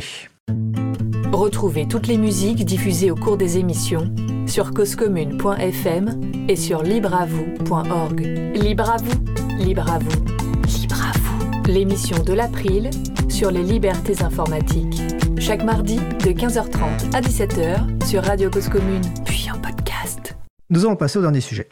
S5: Retrouvez toutes les musiques diffusées au cours des émissions sur causecommune.fm et sur libreavou.org. Libre à vous, libre à vous, libre à vous. L'émission de l'April sur les libertés informatiques. Chaque mardi de 15h30 à 17h sur Radio Cause Commune, puis en podcast.
S3: Nous allons passer au dernier sujet.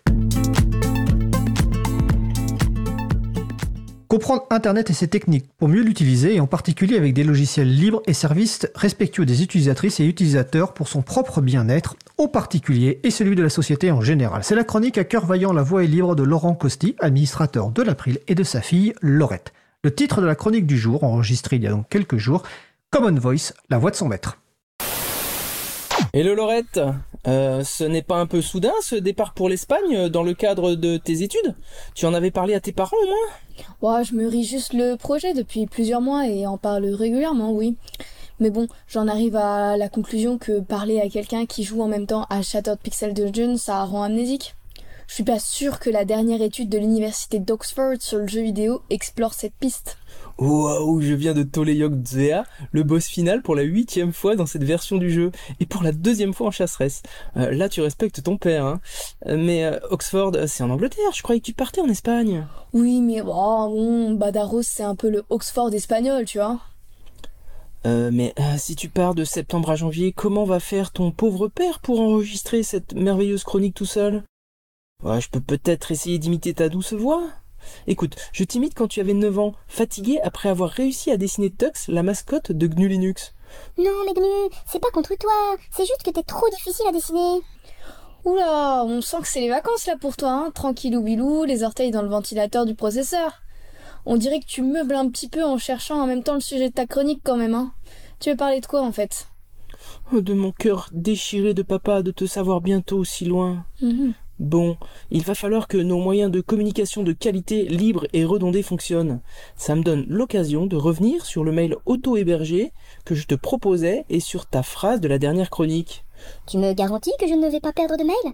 S3: Comprendre Internet et ses techniques pour mieux l'utiliser, et en particulier avec des logiciels libres et services respectueux des utilisatrices et utilisateurs pour son propre bien-être, au particulier et celui de la société en général. C'est la chronique À cœur vaillant, la voix est libre de Laurent Costi, administrateur de l'April, et de sa fille Laurette. Le titre de la chronique du jour, enregistré il y a donc quelques jours, Common Voice, la voix de son maître.
S7: Hello Laurette, ce n'est pas un peu soudain ce départ pour l'Espagne dans le cadre de tes études ? Tu en avais parlé à tes parents au moins ?
S8: Ouais, je mûris juste le projet depuis plusieurs mois et en parle régulièrement, oui. Mais bon, j'en arrive à la conclusion que parler à quelqu'un qui joue en même temps à Shattered Pixel Dungeon, ça rend amnésique. je suis pas sûre que la dernière étude de l'université d'Oxford sur le jeu vidéo explore cette piste.
S7: Waouh, je viens de Toleyok Dzea, le boss final pour la 8e fois dans cette version du jeu, et pour la 2e fois en chasseresse. Là, tu respectes ton père, hein. Mais Oxford, c'est en Angleterre, je croyais que tu partais en Espagne.
S8: Oui, mais Badajoz, c'est un peu le Oxford espagnol, tu vois.
S7: Mais si tu pars de septembre à janvier, comment va faire ton pauvre père pour enregistrer cette merveilleuse chronique tout seul? Ouais, je peux peut-être essayer d'imiter ta douce voix. Écoute, je t'imite quand tu avais 9 ans, fatigué après avoir réussi à dessiner Tux, la mascotte de GNU Linux.
S9: Non mais GNU, c'est pas contre toi, c'est juste que t'es trop difficile à dessiner.
S8: Oula, on sent que c'est les vacances là pour toi, hein. Tranquillou bilou, les orteils dans le ventilateur du processeur. On dirait que tu meubles un petit peu en cherchant en même temps le sujet de ta chronique quand même, hein. Tu veux parler de quoi en fait?
S7: De mon cœur déchiré de papa de te savoir bientôt si loin. Bon, il va falloir que nos moyens de communication de qualité, libre et redondés fonctionnent. Ça me donne l'occasion de revenir sur le mail auto-hébergé que je te proposais et sur ta phrase de la dernière chronique.
S9: Tu me garantis que je ne vais pas perdre de mail?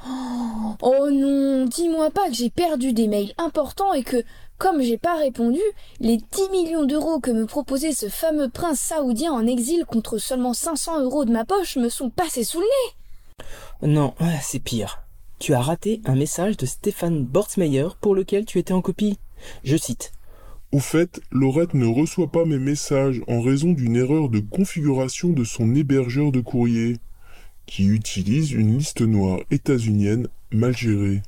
S8: Oh non, dis-moi pas que j'ai perdu des mails importants et que, comme j'ai pas répondu, les 10 millions d'euros que me proposait ce fameux prince saoudien en exil contre seulement 500 euros de ma poche me sont passés sous le nez.
S7: Non, c'est pire. Tu as raté un message de Stéphane Bortsmeyer pour lequel tu étais en copie. Je cite.
S10: Au fait, Laurette ne reçoit pas mes messages en raison d'une erreur de configuration de son hébergeur de courrier, qui utilise une liste noire états-unienne mal gérée.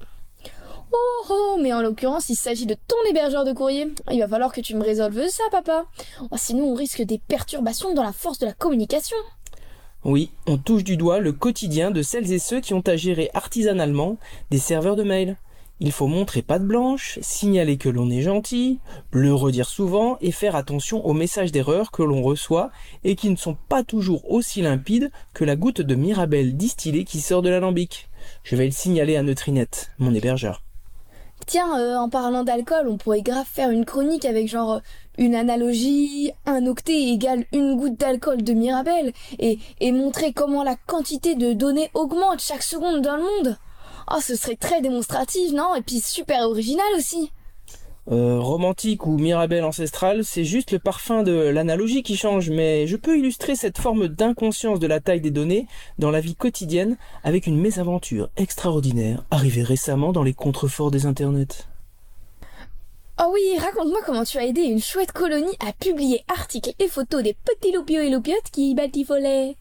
S8: Oh, mais en l'occurrence, il s'agit de ton hébergeur de courrier. Il va falloir que tu me résolves ça, papa. Sinon, on risque des perturbations dans la force de la communication.
S7: Oui, on touche du doigt le quotidien de celles et ceux qui ont à gérer artisanalement des serveurs de mail. Il faut montrer patte blanche, signaler que l'on est gentil, le redire souvent et faire attention aux messages d'erreur que l'on reçoit et qui ne sont pas toujours aussi limpides que la goutte de Mirabelle distillée qui sort de l'alambic. Je vais le signaler à Neutrinette, mon hébergeur.
S8: Tiens, en parlant d'alcool, on pourrait grave faire une chronique avec genre une analogie, un octet égale une goutte d'alcool de Mirabelle et montrer comment la quantité de données augmente chaque seconde dans le monde. Oh, ce serait très démonstratif, non? Et puis super original aussi.
S7: Romantique ou Mirabelle ancestrale, c'est juste le parfum de l'analogie qui change, mais je peux illustrer cette forme d'inconscience de la taille des données dans la vie quotidienne avec une mésaventure extraordinaire arrivée récemment dans les contreforts des internets.
S8: Oh oui, raconte-moi comment tu as aidé une chouette colonie à publier articles et photos des petits loupiaux et loupiottes qui y batifolaient.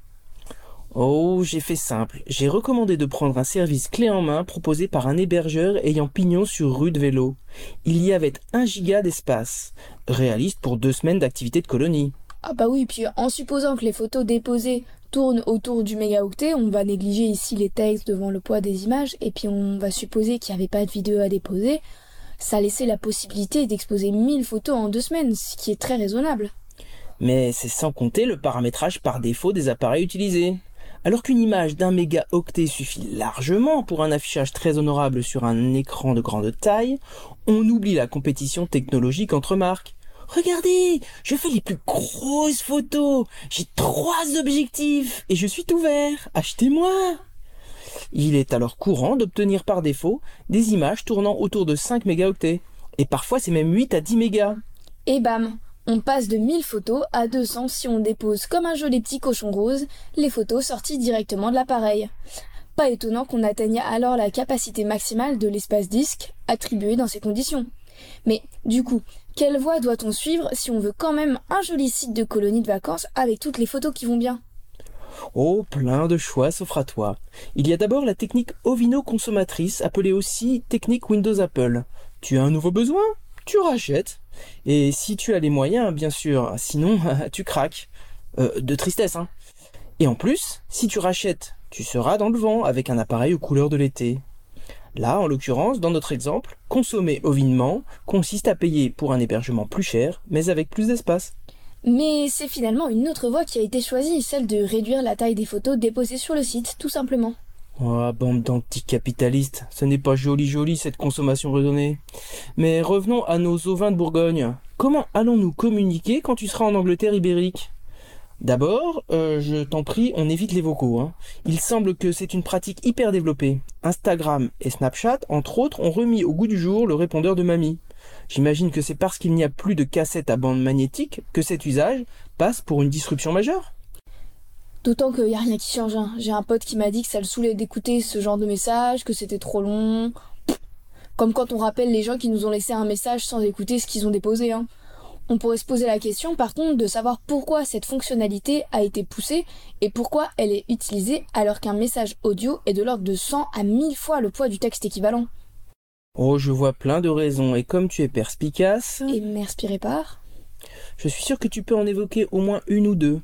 S7: Oh, j'ai fait simple. J'ai recommandé de prendre un service clé en main proposé par un hébergeur ayant pignon sur rue de Vélo. Il y avait 1 giga d'espace. Réaliste pour 2 semaines d'activité de colonie.
S8: Ah bah oui, puis en supposant que les photos déposées tournent autour du mégaoctet, on va négliger ici les textes devant le poids des images, et puis on va supposer qu'il n'y avait pas de vidéo à déposer. Ça laissait la possibilité d'exposer 1000 photos en 2 semaines, ce qui est très raisonnable.
S7: Mais c'est sans compter le paramétrage par défaut des appareils utilisés. Alors qu'une image d'1 mégaoctet suffit largement pour un affichage très honorable sur un écran de grande taille, on oublie la compétition technologique entre marques. Regardez, je fais les plus grosses photos, j'ai 3 objectifs et je suis tout vert, achetez-moi! Il est alors courant d'obtenir par défaut des images tournant autour de 5 mégaoctets, et parfois c'est même 8 à 10 mégas.
S8: Et bam! On passe de 1000 photos à 200 si on dépose comme un joli petit cochon rose les photos sorties directement de l'appareil. Pas étonnant qu'on atteigne alors la capacité maximale de l'espace disque attribué dans ces conditions. Mais du coup, quelle voie doit-on suivre si on veut quand même un joli site de colonie de vacances avec toutes les photos qui vont bien?
S7: Oh, plein de choix s'offrent à toi. Il y a d'abord la technique ovino-consommatrice, appelée aussi technique Windows Apple. Tu as un nouveau besoin? Tu rachètes. Et si tu as les moyens, bien sûr, sinon tu craques. De tristesse, hein. Et en plus, si tu rachètes, tu seras dans le vent avec un appareil aux couleurs de l'été. Là, en l'occurrence, dans notre exemple, consommer ovinement consiste à payer pour un hébergement plus cher, mais avec plus d'espace.
S8: Mais c'est finalement une autre voie qui a été choisie, celle de réduire la taille des photos déposées sur le site, tout simplement.
S7: Oh, bande d'anticapitalistes, ce n'est pas joli cette consommation raisonnée. Mais revenons à nos ovins de Bourgogne. Comment allons-nous communiquer quand tu seras en Angleterre ibérique? D'abord, je t'en prie, on évite les vocaux. Il semble que c'est une pratique hyper développée. Instagram et Snapchat, entre autres, ont remis au goût du jour le répondeur de mamie. J'imagine que c'est parce qu'il n'y a plus de cassettes à bande magnétique que cet usage passe pour une disruption majeure.
S8: D'autant qu'il n'y a rien qui change. J'ai un pote qui m'a dit que ça le saoulait d'écouter ce genre de messages, que c'était trop long. Comme quand on rappelle les gens qui nous ont laissé un message sans écouter ce qu'ils ont déposé. On pourrait se poser la question, par contre, de savoir pourquoi cette fonctionnalité a été poussée et pourquoi elle est utilisée alors qu'un message audio est de l'ordre de 100 à 1000 fois le poids du texte équivalent.
S7: Oh, je vois plein de raisons, et comme tu es perspicace...
S8: Et m'inspirer par ?
S7: Je suis sûr que tu peux en évoquer au moins une ou deux.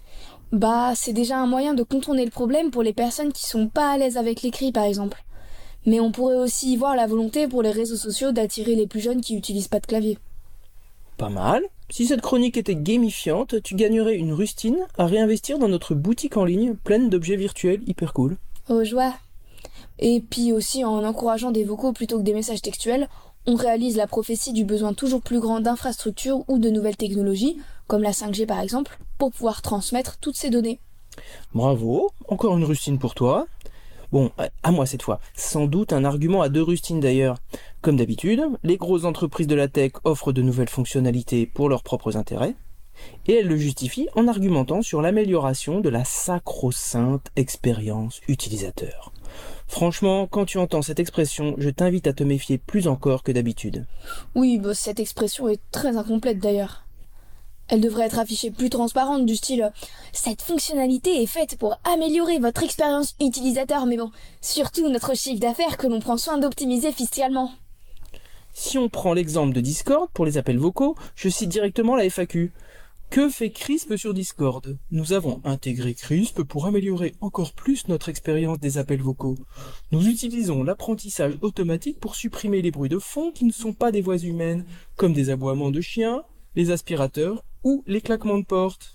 S8: C'est déjà un moyen de contourner le problème pour les personnes qui sont pas à l'aise avec l'écrit, par exemple. Mais on pourrait aussi y voir la volonté pour les réseaux sociaux d'attirer les plus jeunes qui utilisent pas de clavier.
S7: Pas mal. Si cette chronique était gamifiante, tu gagnerais une rustine à réinvestir dans notre boutique en ligne pleine d'objets virtuels hyper cool.
S8: Oh, joie. Et puis aussi, en encourageant des vocaux plutôt que des messages textuels, on réalise la prophétie du besoin toujours plus grand d'infrastructures ou de nouvelles technologies, comme la 5G par exemple, pour pouvoir transmettre toutes ces données.
S7: Bravo, encore une rustine pour toi. Bon, à moi cette fois. Sans doute un argument à 2 rustines d'ailleurs. Comme d'habitude, les grosses entreprises de la tech offrent de nouvelles fonctionnalités pour leurs propres intérêts, et elles le justifient en argumentant sur l'amélioration de la sacro-sainte expérience utilisateur. Franchement, quand tu entends cette expression, je t'invite à te méfier plus encore que d'habitude.
S8: Oui, cette expression est très incomplète d'ailleurs. Elle devrait être affichée plus transparente, du style « Cette fonctionnalité est faite pour améliorer votre expérience utilisateur, mais surtout notre chiffre d'affaires que l'on prend soin d'optimiser fiscalement. »
S7: Si on prend l'exemple de Discord pour les appels vocaux, je cite directement la FAQ. Que fait Crisp sur Discord ? Nous avons intégré Crisp pour améliorer encore plus notre expérience des appels vocaux. Nous utilisons l'apprentissage automatique pour supprimer les bruits de fond qui ne sont pas des voix humaines, comme des aboiements de chiens, les aspirateurs ou les claquements de porte.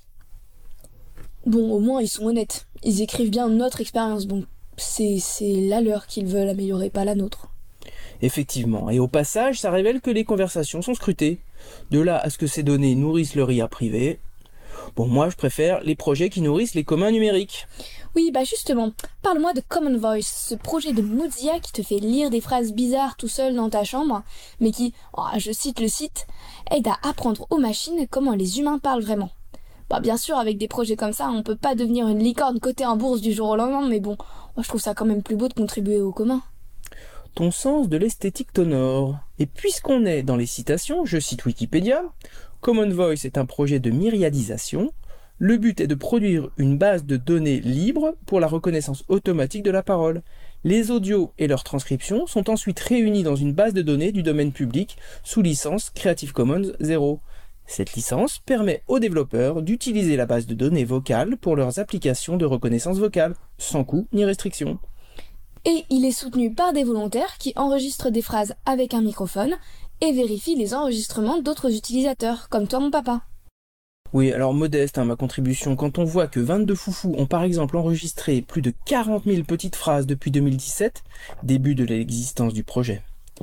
S8: Au moins ils sont honnêtes. Ils écrivent bien notre expérience. C'est la leur qu'ils veulent améliorer, pas la nôtre.
S7: Effectivement, et au passage, ça révèle que les conversations sont scrutées. De là à ce que ces données nourrissent leur IA privé, moi je préfère les projets qui nourrissent les communs numériques.
S8: Oui, justement, parle-moi de Common Voice, ce projet de Mozilla qui te fait lire des phrases bizarres tout seul dans ta chambre, mais qui, je cite le site, aide à apprendre aux machines comment les humains parlent vraiment. Bien sûr, avec des projets comme ça, on peut pas devenir une licorne cotée en bourse du jour au lendemain, mais moi je trouve ça quand même plus beau de contribuer au commun.
S7: Ton sens de l'esthétique t'honore. Et puisqu'on est dans les citations, je cite Wikipédia, Common Voice est un projet de myriadisation. Le but est de produire une base de données libre pour la reconnaissance automatique de la parole. Les audios et leurs transcriptions sont ensuite réunis dans une base de données du domaine public sous licence Creative Commons 0. Cette licence permet aux développeurs d'utiliser la base de données vocales pour leurs applications de reconnaissance vocale, sans coût ni restriction.
S8: Et il est soutenu par des volontaires qui enregistrent des phrases avec un microphone et vérifient les enregistrements d'autres utilisateurs, comme toi mon papa.
S7: Oui, alors modeste ma contribution, quand on voit que 22 foufous ont par exemple enregistré plus de 40 000 petites phrases depuis 2017, début de l'existence du projet.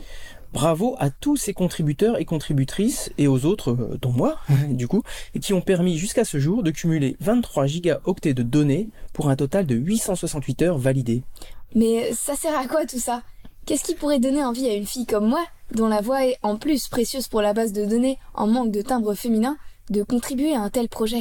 S7: Bravo à tous ces contributeurs et contributrices, et aux autres, dont moi, du coup, et qui ont permis jusqu'à ce jour de cumuler 23 gigaoctets de données pour un total de 868 heures validées.
S8: Mais ça sert à quoi tout ça ? Qu'est-ce qui pourrait donner envie à une fille comme moi, dont la voix est en plus précieuse pour la base de données en manque de timbre féminin, de contribuer à un tel projet ?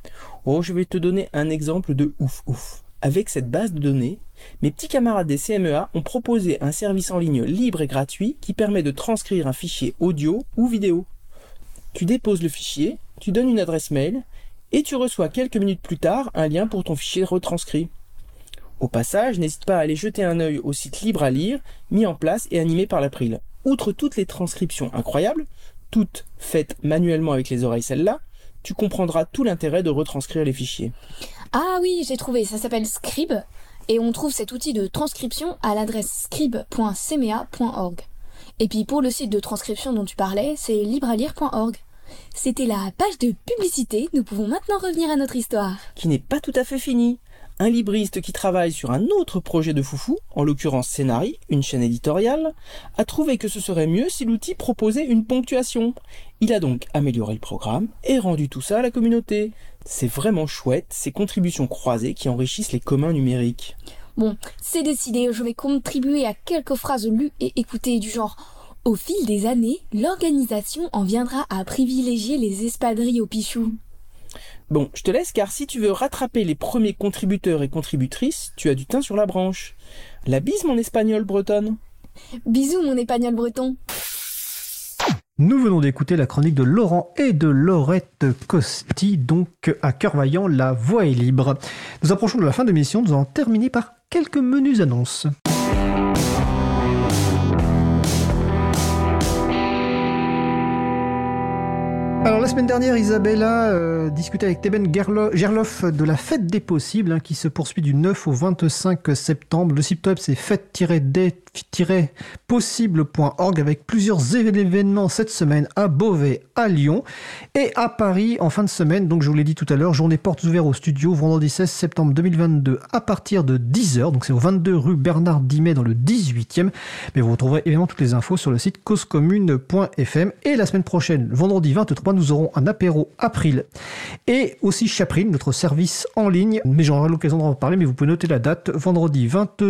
S7: Je vais te donner un exemple de ouf. Avec cette base de données, mes petits camarades des CMEA ont proposé un service en ligne libre et gratuit qui permet de transcrire un fichier audio ou vidéo. Tu déposes le fichier, tu donnes une adresse mail, et tu reçois quelques minutes plus tard un lien pour ton fichier retranscrit. Au passage, n'hésite pas à aller jeter un œil au site libre à lire, mis en place et animé par l'April. Outre toutes les transcriptions incroyables, toutes faites manuellement avec les oreilles celles-là, tu comprendras tout l'intérêt de retranscrire les fichiers.
S8: Ah oui, j'ai trouvé, ça s'appelle Scribe, et on trouve cet outil de transcription à l'adresse scribe.cmea.org. Et puis pour le site de transcription dont tu parlais, c'est librealire.org. C'était la page de publicité, nous pouvons maintenant revenir à notre histoire.
S7: Qui n'est pas tout à fait finie. Un libriste qui travaille sur un autre projet de foufou, en l'occurrence Scénarii, une chaîne éditoriale, a trouvé que ce serait mieux si l'outil proposait une ponctuation. Il a donc amélioré le programme et rendu tout ça à la communauté. C'est vraiment chouette, ces contributions croisées qui enrichissent les communs numériques.
S8: Bon, c'est décidé, je vais contribuer à quelques phrases lues et écoutées du genre « Au fil des années, l'organisation en viendra à privilégier les espadrilles au pichou ».
S7: Bon, je te laisse car si tu veux rattraper les premiers contributeurs et contributrices, tu as du thym sur la branche. La bise mon espagnol bretonne.
S8: Bisous mon espagnol breton.
S3: Nous venons d'écouter la chronique de Laurent et de Laurette Costi, donc à Cœur Vaillant, la voix est libre. Nous approchons de la fin de l'émission, nous allons terminer par quelques menus annonces. Alors la semaine dernière, Isabella discutait avec Teben Gerloff de la Fête des Possibles qui se poursuit du 9 au 25 septembre. Le site web c'est fête-des-possibles.org avec plusieurs événements cette semaine à Beauvais, à Lyon et à Paris en fin de semaine. Donc je vous l'ai dit tout à l'heure, journée portes ouvertes au studio vendredi 16 septembre 2022 à partir de 10h. Donc c'est au 22 rue Bernard Dimet dans le 18e. Mais vous retrouverez évidemment toutes les infos sur le site causecommune.fm. Et la semaine prochaine, vendredi 23, nous aurons un apéro April et aussi Chapril, notre service en ligne. Mais j'aurai l'occasion d'en reparler, mais vous pouvez noter la date, vendredi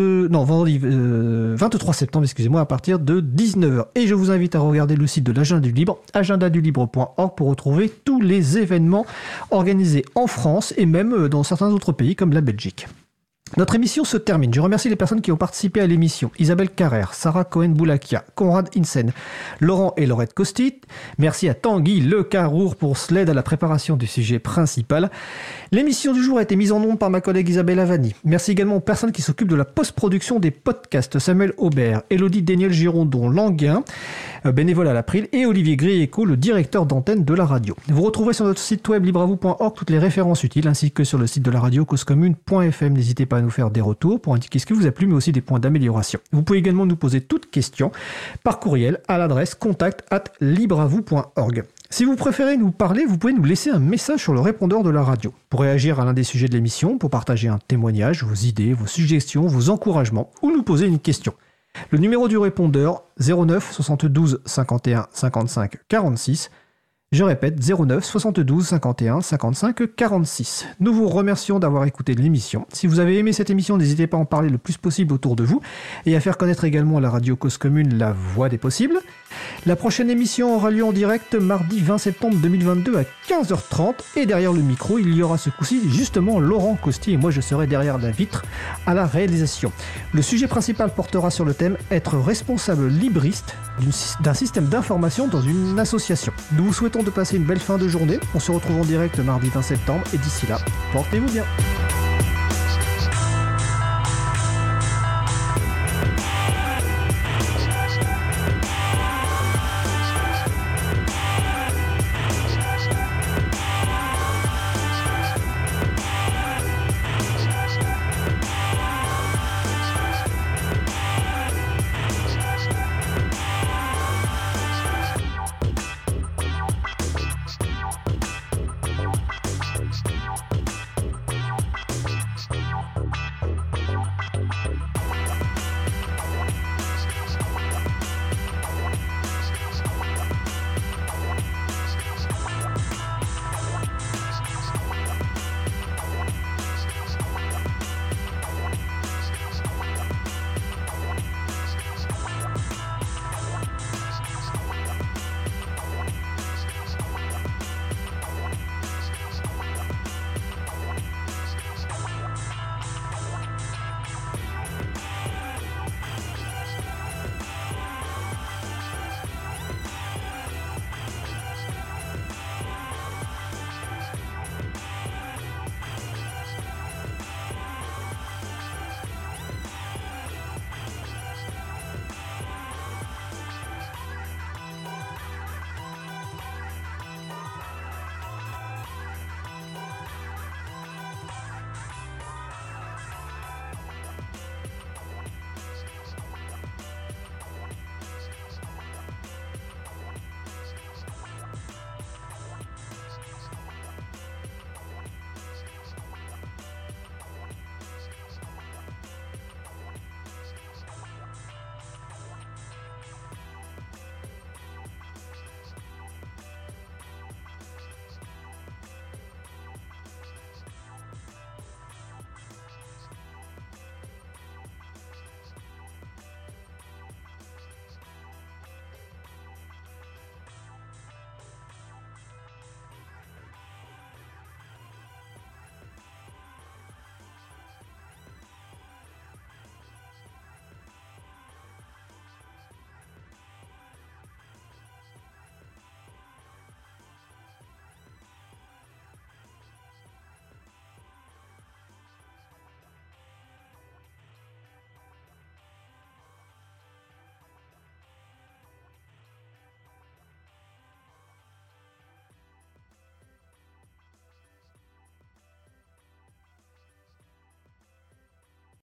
S3: 23 septembre, excusez-moi, à partir de 19h. Et je vous invite à regarder le site de l'Agenda du Libre, agendadulibre.org, pour retrouver tous les événements organisés en France et même dans certains autres pays comme la Belgique. Notre émission se termine. Je remercie les personnes qui ont participé à l'émission. Isabelle Carrère, Sarah Cohen-Boulakia, Conrad Insen, Laurent et Laurette Costit. Merci à Tanguy Le Carour pour l'aide à la préparation du sujet principal. L'émission du jour a été mise en onde par ma collègue Isabelle Avani. Merci également aux personnes qui s'occupent de la post-production des podcasts. Samuel Aubert, Élodie Déniel-Girondon, Languin, bénévole à l'April, et Olivier Grieco, le directeur d'antenne de la radio. Vous retrouverez sur notre site web libreavou.org toutes les références utiles, ainsi que sur le site de la radio causecommune.fm. N'hésitez pas à nous faire des retours pour indiquer ce qui vous a plu, mais aussi des points d'amélioration. Vous pouvez également nous poser toutes questions par courriel à l'adresse contact@libreavou.org. Si vous préférez nous parler, vous pouvez nous laisser un message sur le répondeur de la radio. Pour réagir à l'un des sujets de l'émission, pour partager un témoignage, vos idées, vos suggestions, vos encouragements, ou nous poser une question. Le numéro du répondeur, 09 72 51 55 46. Je répète, 09 72 51 55 46. Nous vous remercions d'avoir écouté l'émission. Si vous avez aimé cette émission, n'hésitez pas à en parler le plus possible autour de vous et à faire connaître également à la radio Cause Commune la voix des possibles. La prochaine émission aura lieu en direct mardi 20 septembre 2022 à 15h30 et derrière le micro, il y aura ce coup-ci justement Laurent Costi et moi je serai derrière la vitre à la réalisation. Le sujet principal portera sur le thème « Être responsable libriste d'un système d'information dans une association ». Nous vous souhaitons de passer une belle fin de journée. On se retrouve en direct mardi 20 septembre et d'ici là, portez-vous bien.